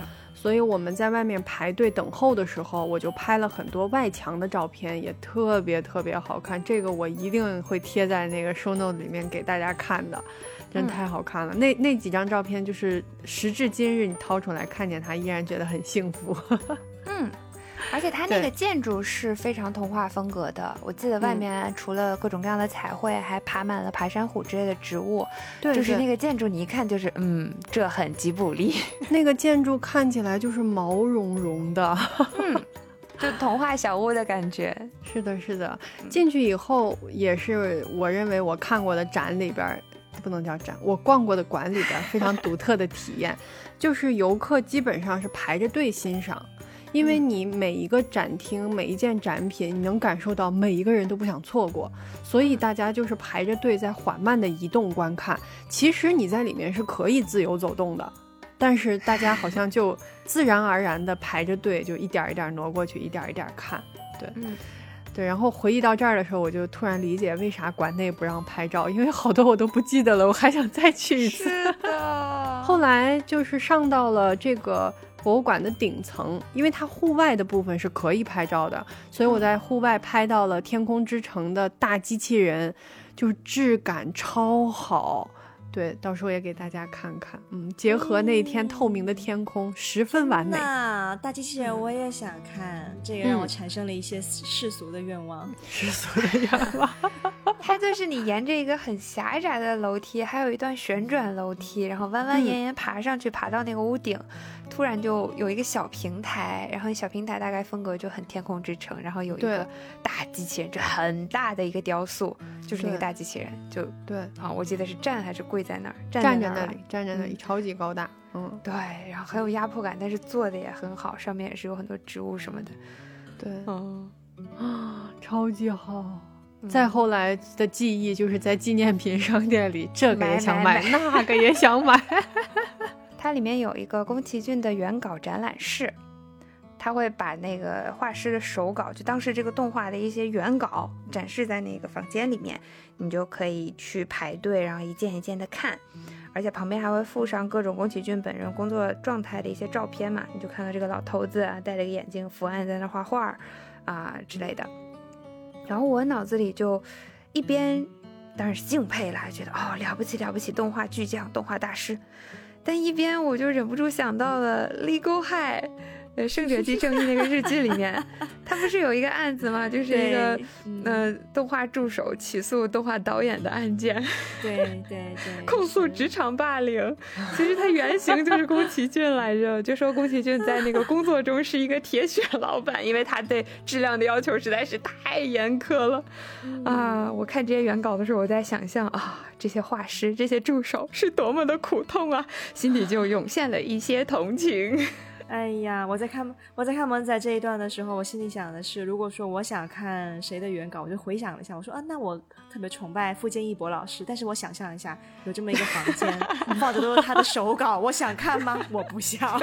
所以我们在外面排队等候的时候，我就拍了很多外墙的照片，也特别特别好看。这个我一定会贴在那个 show note 里面给大家看的，真太好看了。那几张照片就是时至今日你掏出来看见它，依然觉得很幸福。 而且它那个建筑是非常童话风格的，我记得外面除了各种各样的彩绘，还爬满了爬山虎之类的植物。 对， 就是那个建筑你一看就是这很吉卜力。 那个建筑看起来就是毛茸茸的。 就童话小屋的感觉。 是的是的，进去以后也是我认为我看过的展里边，不能叫展，我逛过的馆里边非常独特的体验。就是游客基本上是排着队欣赏，因为你每一个展厅每一件展品你能感受到每一个人都不想错过，所以大家就是排着队在缓慢的移动观看。其实你在里面是可以自由走动的，但是大家好像就自然而然的排着队，就一点一点挪过去，一点一点看。对，对。然后回忆到这儿的时候，我就突然理解为啥馆内不让拍照，因为好多我都不记得了，我还想再去一次。 是的。 后来就是上到了这个博物馆的顶层，因为它户外的部分是可以拍照的，所以我在户外拍到了天空之城的大机器人，就是质感超好。对，到时候也给大家看看，结合那一天透明的天空，十分完美。 那大机器人我也想看，这个让我产生了一些世俗的愿望。 世俗的愿望。 它就是你沿着一个很狭窄的楼梯，还有一段旋转楼梯，然后弯弯延延爬上去，爬到那个屋顶，突然就有一个小平台，然后小平台大概风格就很天空之城，然后有一个大机器人，就很大的一个雕塑，就是那个大机器人，就对啊，我记得是站还是跪在那儿， 站在那里，超级高大。 对，然后很有压迫感，但是做的也很好，上面也是有很多植物什么的。 对，超级好。再后来的记忆就是在纪念品商店里，这个也想买，那个也想买。 它里面有一个宫崎骏的原稿展览室，他会把那个画师的手稿，就当时这个动画的一些原稿展示在那个房间里面，你就可以去排队，然后一件一件的看，而且旁边还会附上各种宫崎骏本人工作状态的一些照片嘛，你就看到这个老头子啊，戴着个眼镜伏案在那画画之类的。然后我脑子里就一边当然是敬佩了，觉得了不起了不起，动画巨匠，动画大师，但一边我就忍不住想到了 Legal High，胜者即正义那个日剧里面，他不是有一个案子吗？就是一个动画助手起诉动画导演的案件， 对， 控诉职场霸凌。其实他原型就是宫崎骏来着，就说宫崎骏在那个工作中是一个铁血老板，因为他对质量的要求实在是太严苛了我看这些原稿的时候，我在想象这些画师这些助手是多么的苦痛啊，心里就涌现了一些同情。 哎呀，我在看萌仔这一段的时候，我心里想的是，如果说我想看谁的原稿，我就回想了一下，我说那我特别崇拜富坚义博老师，但是我想象一下，有这么一个房间放着都是他的手稿，我想看吗？我不想。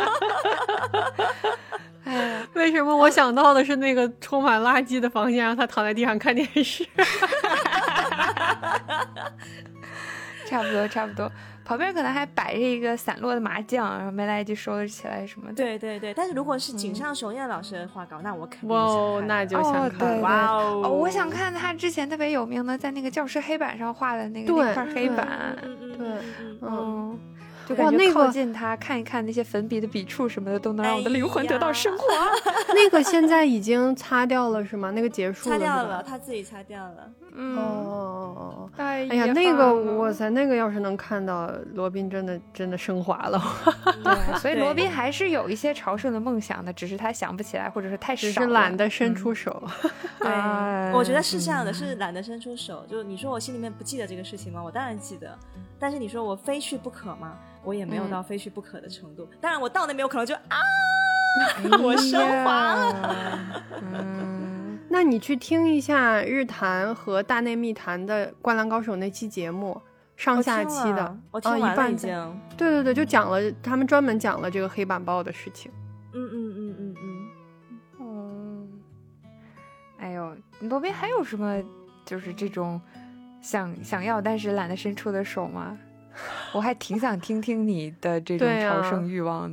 为什么我想到的是那个充满垃圾的房间，让他躺在地上看电视？ 差不多。旁边可能还摆着一个散落的麻将，然后没来得及收拾起来什么的。 对，但是如果是井上雄彦老师的画稿，那我肯定想看。那就想看。 我想看他之前特别有名的，在那个教室黑板上画的那块黑板。就感觉靠近他看一看那些粉笔的笔触什么的，都能让我的灵魂得到升华。 那个现在已经擦掉了是吗？那个结束了？ 擦掉了，他自己擦掉了。 哎呀，那个哇塞，那个要是能看到，罗宾真的升华了。 对，所以罗宾还是有一些朝圣的梦想的，只是他想不起来，或者是太少了， 只是懒得伸出手。 我觉得是这样的，是懒得伸出手。就你说我心里面不记得这个事情吗？我当然记得。但是你说我非去不可吗？我也没有到非去不可的程度。当然我到那边有可能就我升华了。 那你去听一下日坛和大内密谈的《灌篮高手》那期节目，上下期的， 我听完了已经。 对，就讲了，他们专门讲了这个黑板报的事情。 哎呦，罗宾还有什么就是这种想要但是懒得伸出的手吗？我还挺想听听你的这种朝圣欲望的。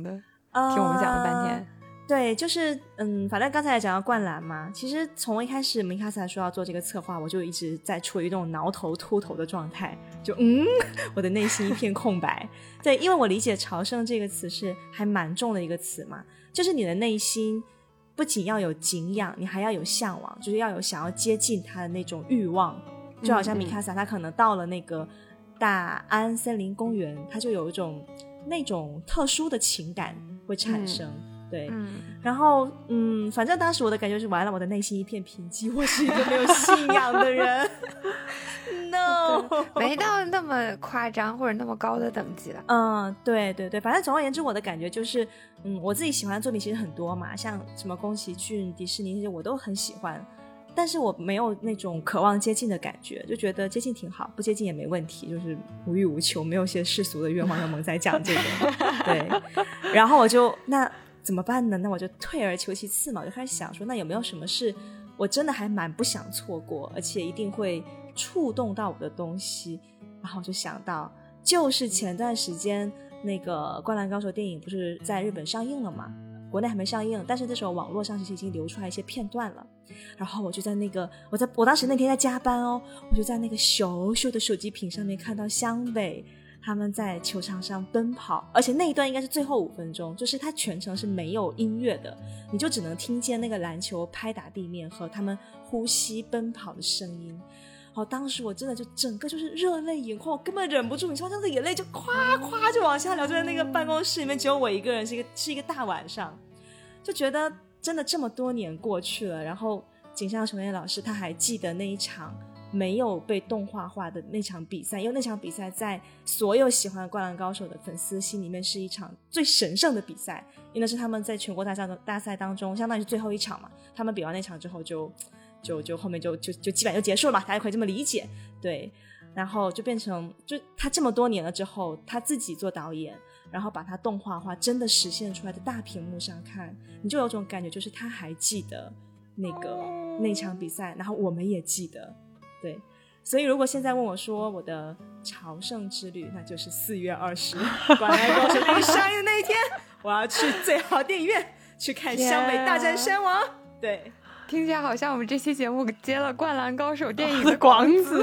听我们讲了半天。 对，就是反正刚才也讲到灌篮嘛，其实从一开始米卡萨说要做这个策划，我就一直在处于一种挠头秃头的状态，就我的内心一片空白。对，因为我理解朝圣这个词是还蛮重的一个词嘛，就是你的内心不仅要有敬仰，你还要有向往，就是要有想要接近他的那种欲望。就好像米卡萨他可能到了那个大安森林公园，他就有一种那种特殊的情感会产生。对，然后反正当时我的感觉是完了，我的内心一片贫瘠，我是一个没有信仰的人。No， 没到那么夸张或者那么高的等级了。 对对对，反正总而言之，我的感觉就是，我自己喜欢的作品其实很多嘛，像什么宫崎骏、迪士尼那些我都很喜欢，但是我没有那种渴望接近的感觉，就觉得接近挺好，不接近也没问题，就是无欲无求，没有些世俗的愿望像萌仔讲这个。对，然后我就那怎么办呢？那我就退而求其次嘛，我就开始想说，那有没有什么是我真的还蛮不想错过，而且一定会触动到我的东西。然后我就想到，就是前段时间那个《灌篮高手》电影不是在日本上映了嘛，国内还没上映，但是那时候网络上其实已经流出来一些片段了。然后我就在那个我当时那天在加班哦，我就在那个小小的手机屏上面看到湘北他们在球场上奔跑，而且那一段应该是最后5分钟，就是它全程是没有音乐的，你就只能听见那个篮球拍打地面和他们呼吸奔跑的声音。当时我真的就整个就是热泪盈眶，我根本忍不住，你知道这样的眼泪就夸夸就往下流，就在那个办公室里面只有我一个人，是一个大晚上，就觉得真的这么多年过去了，然后井上雄彦老师他还记得那一场没有被动画化的那场比赛，因为那场比赛在所有喜欢灌篮高手的粉丝心里面是一场最神圣的比赛，因为那是他们在全国大赛当中相当于是最后一场嘛，他们比完那场之后就后面就基本就结束了嘛，大家可以这么理解。对，然后就变成就他这么多年了之后，他自己做导演，然后把它动画化，真的实现出来的大屏幕上看，你就有种感觉，就是他还记得那场比赛，然后我们也记得。对，所以如果现在问我说我的朝圣之旅，那就是4月20日灌篮高手电影上映的那一天，我要去最好电影院去看湘北大战山王。对， 听起来好像我们这期节目接了灌篮高手电影的广子。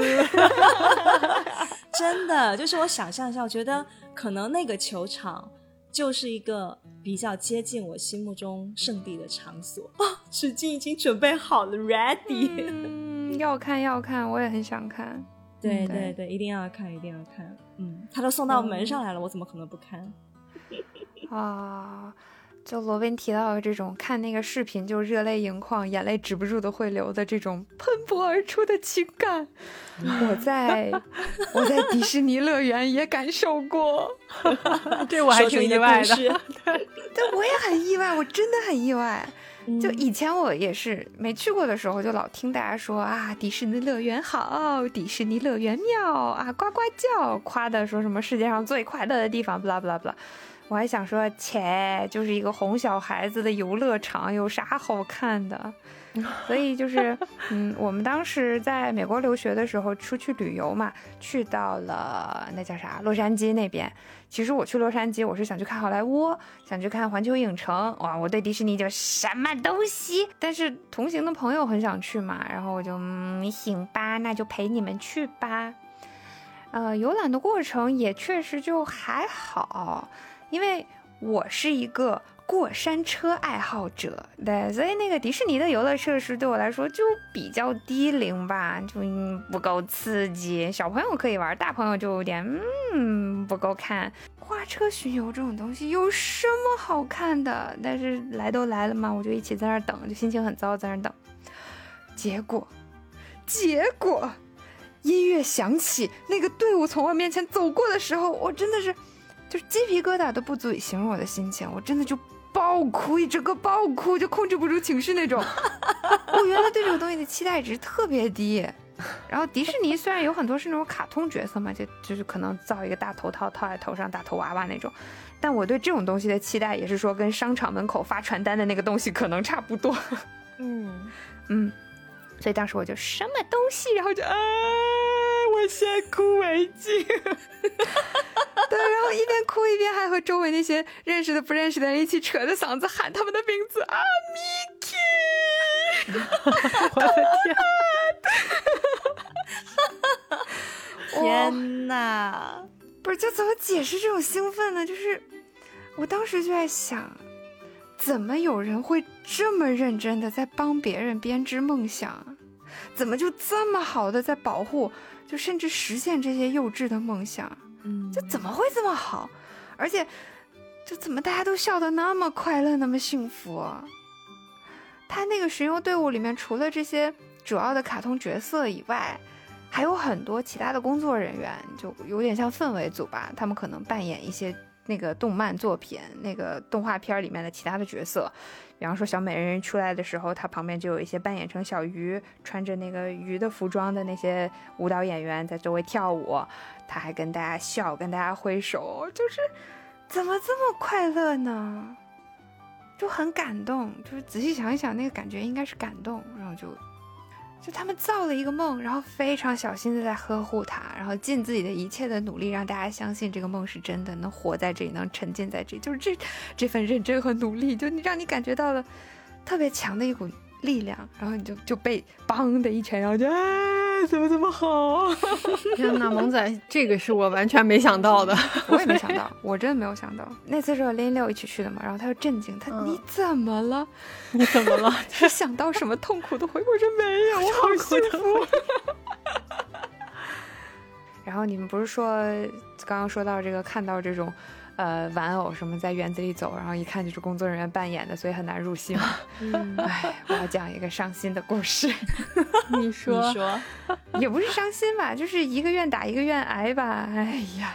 真的就是我想象一下，我觉得可能那个球场就是一个比较接近我心目中圣地的场所。纸巾已经准备好了 ready。 要看，我也很想看。 对对对，一定要看。他都送到门上来了，我怎么可能不看啊？就罗宾提到的这种看那个视频就热泪盈眶，眼泪止不住的会流的这种喷薄而出的情感，我在迪士尼乐园也感受过。 这我还挺意外的。 对，我也很意外，我真的很意外。就以前我也是没去过的时候，就老听大家说啊，迪士尼乐园好，迪士尼乐园妙啊，呱呱叫，夸的说什么世界上最快乐的地方，不啦不啦不啦。我还想说，就是一个哄小孩子的游乐场，有啥好看的？所以就是我们当时在美国留学的时候出去旅游嘛，去到了那叫啥洛杉矶那边。其实我去洛杉矶我是想去看好莱坞，想去看环球影城，哇，我对迪士尼就什么东西，但是同行的朋友很想去嘛，然后我就行吧，那就陪你们去吧。游览的过程也确实就还好，因为我是一个过山车爱好者，对，所以那个迪士尼的游乐设施对我来说就比较低龄吧，就不够刺激，小朋友可以玩，大朋友就有点不够看。花车巡游这种东西有什么好看的？但是来都来了嘛，我就一起在那儿等，就心情很糟，在那儿等。结果音乐响起，那个队伍从我面前走过的时候，我真的是就是鸡皮疙瘩都不足以形容我的心情，我真的就爆哭，一整个爆哭，就控制不住情绪那种。我原来对这个东西的期待值特别低。然后迪士尼虽然有很多是那种卡通角色嘛，就是可能造一个大头套套在头上，大头娃娃那种，但我对这种东西的期待也是说跟商场门口发传单的那个东西可能差不多。 所以当时我就什么东西，然后就我先哭为敬。对，然后一边哭一边还和周围那些认识的不认识的人一起扯着嗓子喊他们的名字啊 ，Miki！ 我的天，天哪！ 不是，就怎么解释这种兴奋呢？就是我当时就在想，怎么有人会这么认真的在帮别人编织梦想？怎么就这么好的在保护，就甚至实现这些幼稚的梦想？就怎么会这么好？而且，就怎么大家都笑得那么快乐，那么幸福啊？他那个巡游队伍里面，除了这些主要的卡通角色以外，还有很多其他的工作人员，就有点像氛围组吧，他们可能扮演一些那个动漫作品、那个动画片里面的其他的角色。比方说小美人鱼出来的时候，他旁边就有一些扮演成小鱼，穿着那个鱼的服装的那些舞蹈演员在周围跳舞，他还跟大家笑，跟大家挥手，就是怎么这么快乐呢？就很感动，就是仔细想一想，那个感觉应该是感动，然后就他们造了一个梦，然后非常小心的在呵护它，然后尽自己的一切的努力让大家相信这个梦是真的，能活在这里，能沉浸在这里，就是这份认真和努力，就让你感觉到了特别强的一股力量，然后你就被邦的一拳，然后就怎么这么好？ 天哪，萌仔，这个是我完全没想到的。 我也没想到，我真的没有想到。那次是我跟6一起去的嘛，然后他就震惊，你怎么了？ 你怎么了？ 是想到什么痛苦的回忆？我说没有，我好幸福。然后你们不是说刚刚说到这个，看到这种玩偶什么在园子里走，然后一看就是工作人员扮演的，所以很难入戏嘛。哎，我要讲一个伤心的故事。 你说也不是伤心吧，就是一个愿打一个愿挨吧。哎呀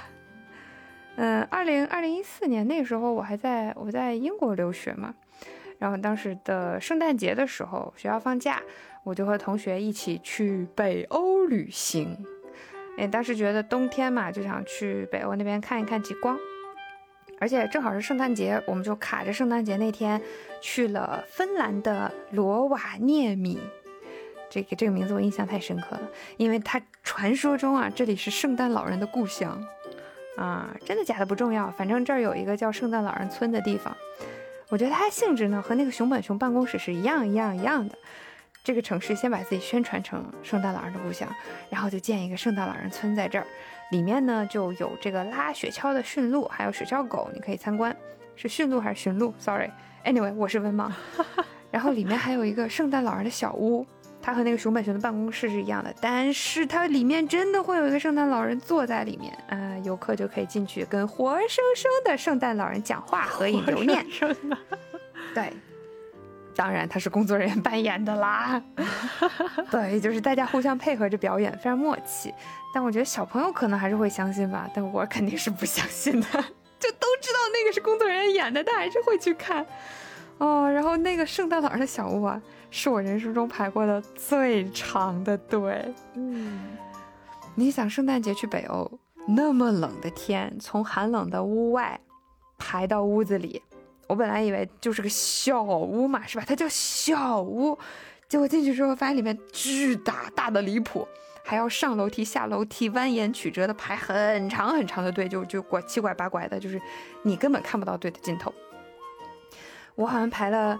，2014年那个时候我在英国留学嘛，然后当时的圣诞节的时候学校放假，我就和同学一起去北欧旅行。当时觉得冬天嘛，就想去北欧那边看一看极光，而且正好是圣诞节，我们就卡着圣诞节那天去了芬兰的罗瓦涅米。这个名字我印象太深刻了，因为它传说中啊，这里是圣诞老人的故乡啊，真的假的不重要，反正这儿有一个叫圣诞老人村的地方。我觉得它的性质呢和那个熊本熊办公室是一样的。这个城市先把自己宣传成圣诞老人的故乡，然后就建一个圣诞老人村在这儿，里面呢就有这个拉雪橇的驯鹿，还有雪橇狗，你可以参观。是驯鹿还是驯鹿 ？Sorry，Anyway， 我是文盲。然后里面还有一个圣诞老人的小屋，它和那个熊本熊的办公室是一样的，但是它里面真的会有一个圣诞老人坐在里面，游客就可以进去跟活生生的圣诞老人讲话、合影留念。对。当然他是工作人员扮演的啦。对，就是大家互相配合着表演，非常默契。但我觉得小朋友可能还是会相信吧，但我肯定是不相信的。就都知道那个是工作人员演的，但还是会去看。然后那个圣诞老人的小屋啊，是我人生中排过的最长的队。你想圣诞节去北欧，那么冷的天，从寒冷的屋外排到屋子里，我本来以为就是个小屋嘛，是吧？它叫小屋，结果进去之后发现里面巨大的离谱，还要上楼梯下楼梯，蜿蜒曲折的排很长的队，就七拐八拐的，就是你根本看不到队的尽头。我好像排了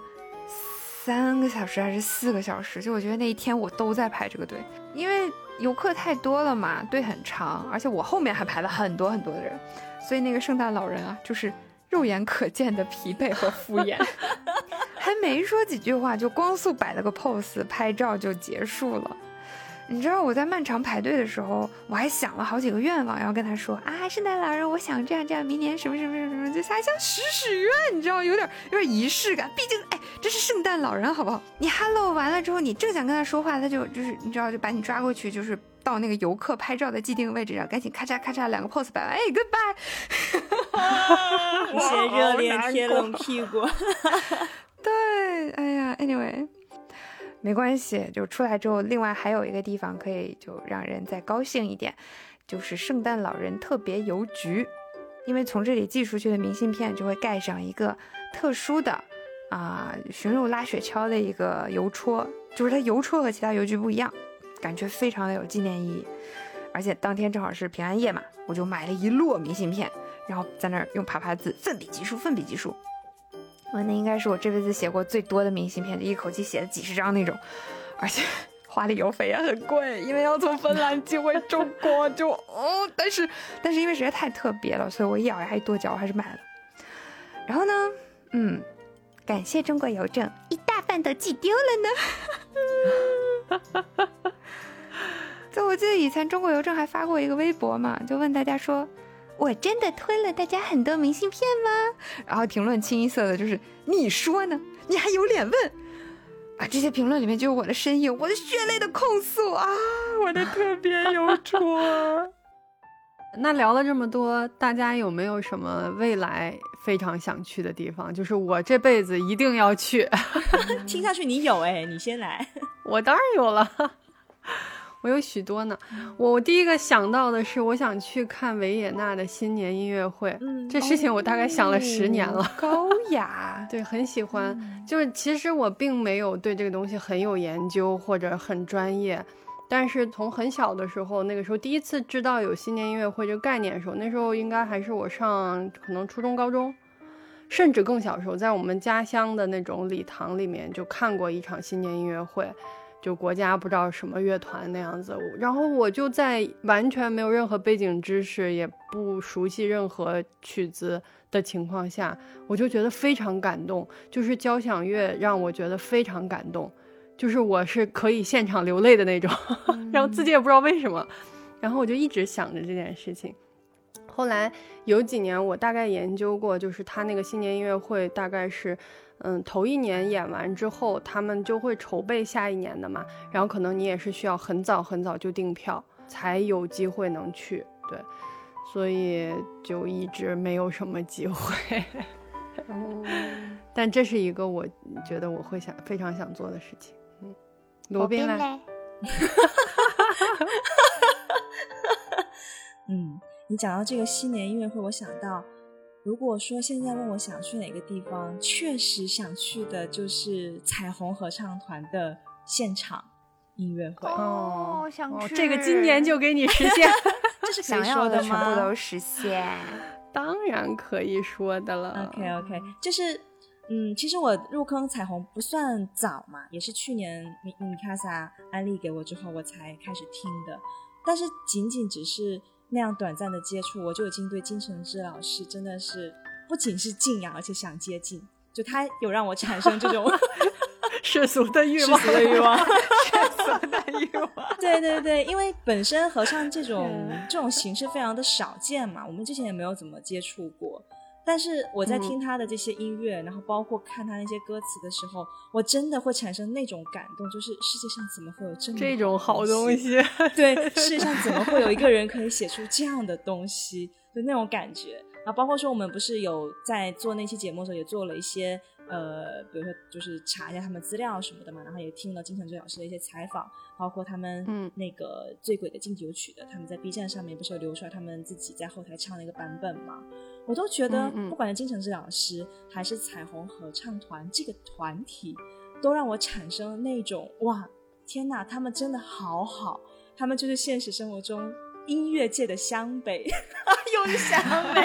3个小时还是4个小时，就我觉得那一天我都在排这个队，因为游客太多了嘛，队很长，而且我后面还排了很多的人，所以那个圣诞老人啊，就是肉眼可见的疲惫和敷衍，还没说几句话就光速摆了个 pose， 拍照就结束了。你知道我在漫长排队的时候，我还想了好几个愿望，然后跟他说啊，圣诞老人，我想这样，明年什么，就还想许愿，你知道有点仪式感，毕竟这是圣诞老人好不好？你 hello 完了之后，你正想跟他说话，他就是你知道就把你抓过去，就是到那个游客拍照的既定位置上，赶紧咔嚓咔嚓2个 pose 摆完，goodbye， 一些热脸贴冷屁股。 对，哎呀 ，anyway。没关系，就出来之后，另外还有一个地方可以就让人再高兴一点，就是圣诞老人特别邮局，因为从这里寄出去的明信片就会盖上一个特殊的驯鹿拉雪橇的一个邮戳， 就是它邮戳和其他邮局不一样，感觉非常的有纪念意义。而且当天正好是平安夜嘛，我就买了一摞明信片，然后在那儿用爬爬字奋笔疾书，奋笔疾书。那应该是我这辈子写过最多的明信片，就一口气写了几十张那种，而且花的邮费也很贵，因为要从芬兰寄回中国，就但是因为实在太特别了，所以我一咬牙一跺脚，我还是买了。然后呢，感谢中国邮政，一大半都寄丢了呢。就我记得以前中国邮政还发过一个微博嘛，就问大家说，我真的吞了大家很多明信片吗？然后评论清一色的就是你说呢？你还有脸问啊？这些评论里面就有我的身影，我的血泪的控诉啊，我的特别邮戳。 那聊了这么多，大家有没有什么未来非常想去的地方？就是我这辈子一定要去。 听下去你有你先来。 我当然有了。我有许多呢，我第一个想到的是，我想去看维也纳的新年音乐会。这事情我大概想了10年了。 高雅， 对，很喜欢。就是其实我并没有对这个东西很有研究或者很专业，但是从很小的时候，那个时候第一次知道有新年音乐会这个概念的时候，那时候应该还是我上可能初中、高中，甚至更小的时候，在我们家乡的那种礼堂里面就看过一场新年音乐会。就国家不知道什么乐团那样子，然后我就在完全没有任何背景知识，也不熟悉任何曲子的情况下，我就觉得非常感动，就是交响乐让我觉得非常感动，就是我是可以现场流泪的那种，然后自己也不知道为什么，然后我就一直想着这件事情。后来有几年我大概研究过，就是他那个新年音乐会大概是头一年演完之后，他们就会筹备下一年的嘛，然后可能你也是需要很早很早就订票才有机会能去，对，所以就一直没有什么机会。但这是一个我觉得我会非常想做的事情。罗宾来。 你讲到这个新年音乐会，我想到如果说现在问我想去哪个地方，确实想去的就是彩虹合唱团的现场音乐会。 想去。 这个今年就给你实现。 这是想要的全部都实现。 当然可以说的了。 OK 就是其实我入坑彩虹不算早嘛，也是去年米卡萨安利给我之后我才开始听的，但是仅仅只是那样短暂的接触，我就已经对金承志老师真的是不仅是敬仰，而且想接近，就他有让我产生这种世俗的欲望。 对，因为本身合唱这种形式非常的少见嘛，我们之前也没有怎么接触过，但是我在听他的这些音乐，然后包括看他那些歌词的时候，我真的会产生那种感动，就是世界上怎么会有这种好东西？ 对，世界上怎么会有一个人可以写出这样的东西的那种感觉。然后包括说我们不是有在做那期节目的时候也做了一些比如说就是查一下他们资料什么的嘛，然后也听了金承志老师的一些采访，包括他们那个醉鬼的进酒曲的，他们在 B 站上面不是有流出来他们自己在后台唱的一个版本嘛，我都觉得不管是金承志老师还是彩虹合唱团这个团体，都让我产生那种哇天哪，他们真的好好，他们就是现实生活中音乐界的湘北。又是湘北。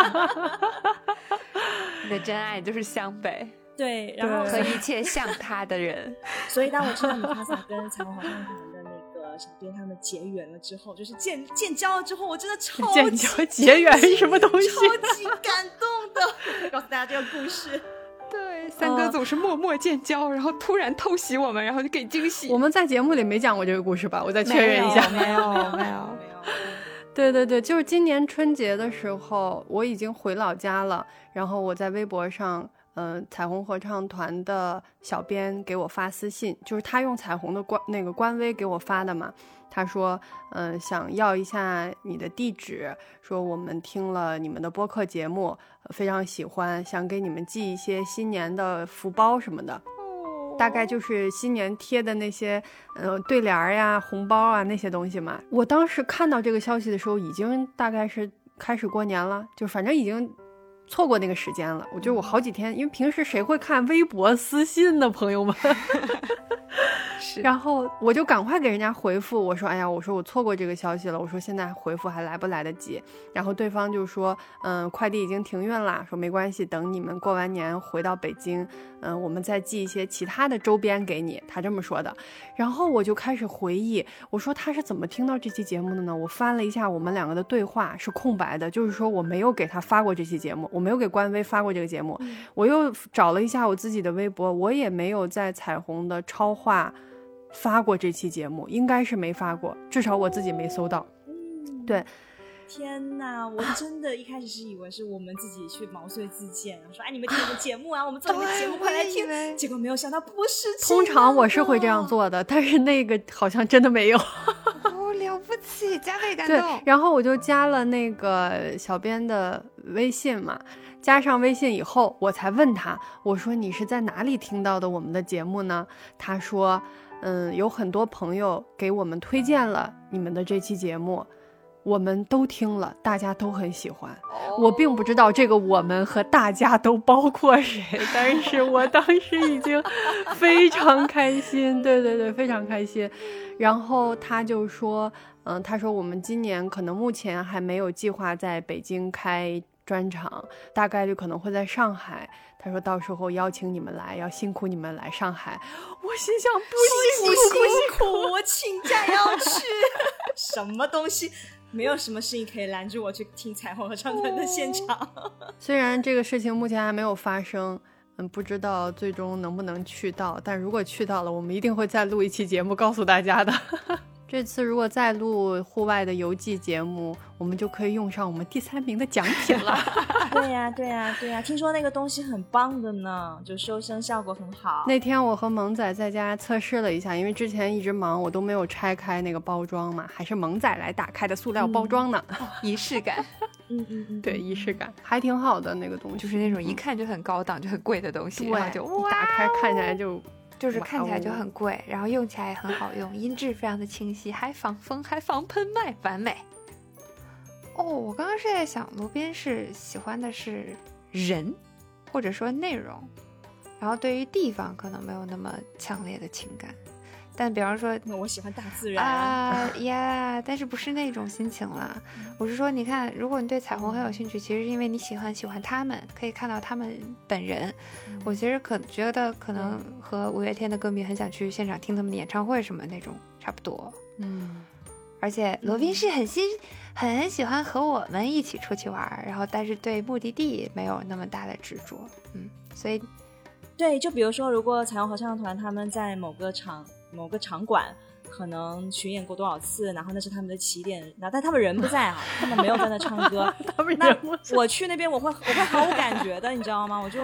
你的真爱就是湘北。 对，然后和一切像他的人。 所以当我知道米卡萨跟彩虹合唱团的那个小编他们结缘了之后，就是建交了之后，我真的超级结缘是什么东西？ 超级感动的。告诉大家这个故事。 对，三哥总是默默建交，然后突然偷袭我们，然后就给惊喜。 我们在节目里没讲过这个故事吧？我再确认一下。 没有。 对，就是今年春节的时候，我已经回老家了，然后我在微博上，彩虹合唱团的小编给我发私信，就是他用彩虹的官微给我发的嘛。他说，想要一下你的地址，说我们听了你们的播客节目，非常喜欢，想给你们寄一些新年的福包什么的。大概就是新年贴的那些对联呀、红包啊那些东西嘛。我当时看到这个消息的时候，已经大概是开始过年了，就反正已经错过那个时间了。我好几天，因为平时谁会看微博私信呢，朋友们？ 是。 然后我就赶快给人家回复，我说哎呀，我说我错过这个消息了，我说现在回复还来不来得及。然后对方就说快递已经停运了，说没关系，等你们过完年回到北京，我们再寄一些其他的周边给你，他这么说的。然后我就开始回忆，我说他是怎么听到这期节目的呢？我翻了一下我们两个的对话是空白的，就是说我没有给他发过这期节目，我没有给官微发过这个节目。我又找了一下我自己的微博，我也没有在彩虹的超话发过这期节目，应该是没发过，至少我自己没搜到。对， 天哪，我真的一开始是以为是我们自己去毛遂自荐，说哎你们听我们节目啊，我们做一个节目快来听，结果没有想到不是。 通常我是会这样做的，但是那个好像真的没有。 了不起，加倍感动。 对，然后我就加了那个小编的微信嘛，加上微信以后我才问他，我说你是在哪里听到的我们的节目呢？他说有很多朋友给我们推荐了你们的这期节目，我们都听了，大家都很喜欢。我并不知道这个我们和大家都包括谁，但是我当时已经非常开心，对对对，非常开心。然后他就说他说我们今年可能目前还没有计划在北京开专场，大概率可能会在上海。他说到时候邀请你们来，要辛苦你们来上海。我心想不辛苦， 我请假要去。什么东西？没有什么事情可以拦住我去听彩虹合唱团的现场。 虽然这个事情目前还没有发生，不知道最终能不能去到，但如果去到了，我们一定会再录一期节目告诉大家的。这次如果再录户外的游记节目，我们就可以用上我们第3名的奖品了。 对呀对呀对呀，听说那个东西很棒的呢，就收声效果很好。 那天我和萌仔在家测试了一下，因为之前一直忙，我都没有拆开那个包装嘛，还是萌仔来打开的塑料包装呢。 仪式感。 对，仪式感还挺好的那个东西， 就是那种一看就很高档就很贵的东西，然后就一打开看起来就是看起来就很贵，然后用起来也很好用，音质非常的清晰，还防风还防喷麦，完美。我刚刚是在想罗宾是喜欢的是人或者说内容，然后对于地方可能没有那么强烈的情感，但比方说我喜欢大自然但是不是那种心情啦。我是说你看，如果你对彩虹很有兴趣，其实是因为你喜欢他们，可以看到他们本人。我其实觉得可能和五月天的歌迷很想去现场听他们的演唱会什么那种差不多。而且罗宾是很喜欢和我们一起出去玩，然后但是对目的地没有那么大的执着。所以对，就比如说如果彩虹合唱团他们在某个场馆可能巡演过多少次，然后那是他们的起点，然后但他们人不在啊，他们没有在那唱歌那我去那边我会毫无感觉的，你知道吗？我就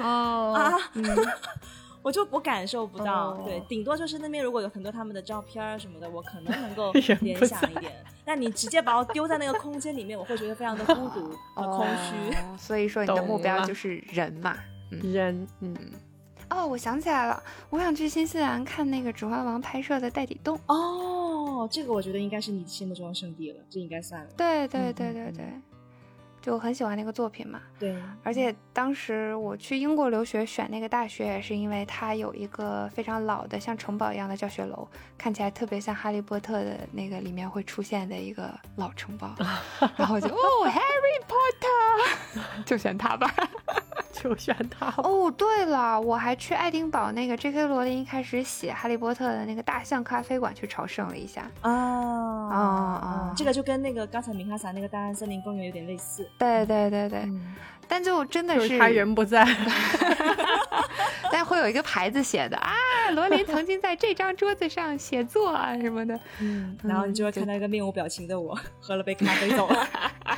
我感受不到。对，顶多就是那边如果有很多他们的照片什么的，我可能够联想一点。那你直接把我丢在那个空间里面，我会觉得非常的孤独和空虚。 所以说你的目标就是人嘛。 人。 我想起来了，我想去新西兰看那个《指环王》拍摄的袋底洞。 这个我觉得应该是你心目中的圣地了，这应该算了。 对，就我很喜欢那个作品嘛。 对， 而且当时我去英国留学选那个大学，也是因为它有一个非常老的像城堡一样的教学楼，看起来特别像哈利波特的那个里面会出现的一个老城堡。然后就Harry Potter 就选它吧。 就选它。 对了，我还去爱丁堡那个 J.K. 罗琳一开始写哈利波特的那个大象咖啡馆去朝圣了一下。 这个就跟那个刚才米哈萨那个大安森林公园有点类似。 对，但就真的是他人不在。 但会有一个牌子写的罗琳曾经在这张桌子上写作什么的。 然后你就会看到一个面无表情的我喝了杯咖啡走了。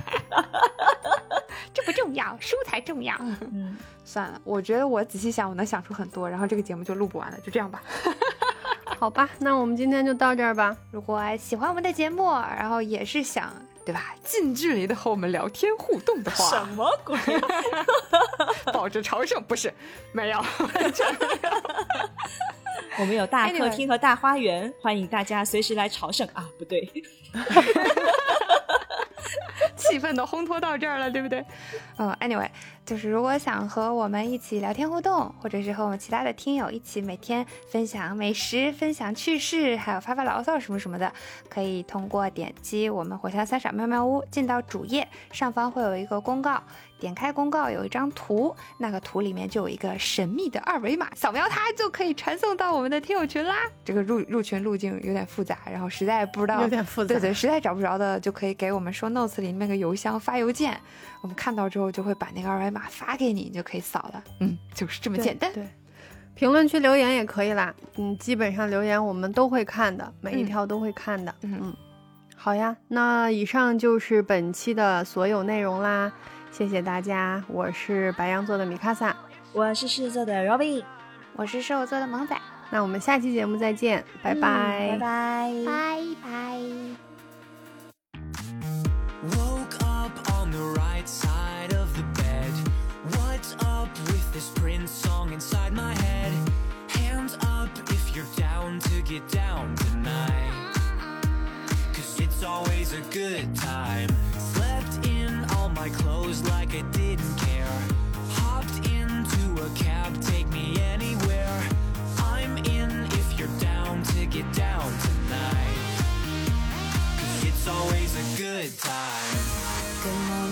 这不重要，书才重要。算了，我觉得我仔细想我能想出很多，然后这个节目就录不完了，就这样吧。 好吧，那我们今天就到这儿吧。 如果喜欢我们的节目，然后也是想对吧近距离的和我们聊天互动的话， 什么鬼？ 抱着朝圣不是没有。 我们有大客厅和大花园，欢迎大家随时来朝圣啊！不对。 气氛都烘托到这儿了，对不对？anyway， 就是如果想和我们一起聊天互动，或者是和我们其他的听友一起每天分享美食、分享趣事，还有发发牢骚什么什么的，可以通过点击我们火象三傻妙妙屋进到主页，上方会有一个公告，点开公告有一张图，那个图里面就有一个神秘的二维码，扫描它就可以传送到我们的听友群啦。这个入群路径有点复杂，然后实在不知道， 有点复杂， 对，实在找不着的就可以给我们说 notes 里那个邮箱发邮件，我们看到之后就会把那个二维码发给你，你就可以扫了。就是这么简单。 对，评论区留言也可以啦。基本上留言我们都会看的，每一条都会看的。好呀，那以上就是本期的所有内容啦，谢谢大家。我是白羊座的米卡萨， 我是狮子座的 Robin， 我是射手座的萌仔。 那我们下期节目再见，拜拜， 拜拜， 拜拜。 Woke up on the right side of the bed. What's up with this Prince song inside my head? Hands up if you're down to get down tonight. 'Cause it's always a good time. Slept in all my clothes like I didn't care. Hopped into a cab, take me anywhere. I'm in if you're down to get down tonight. 'Cause it's always a good time. Good morning.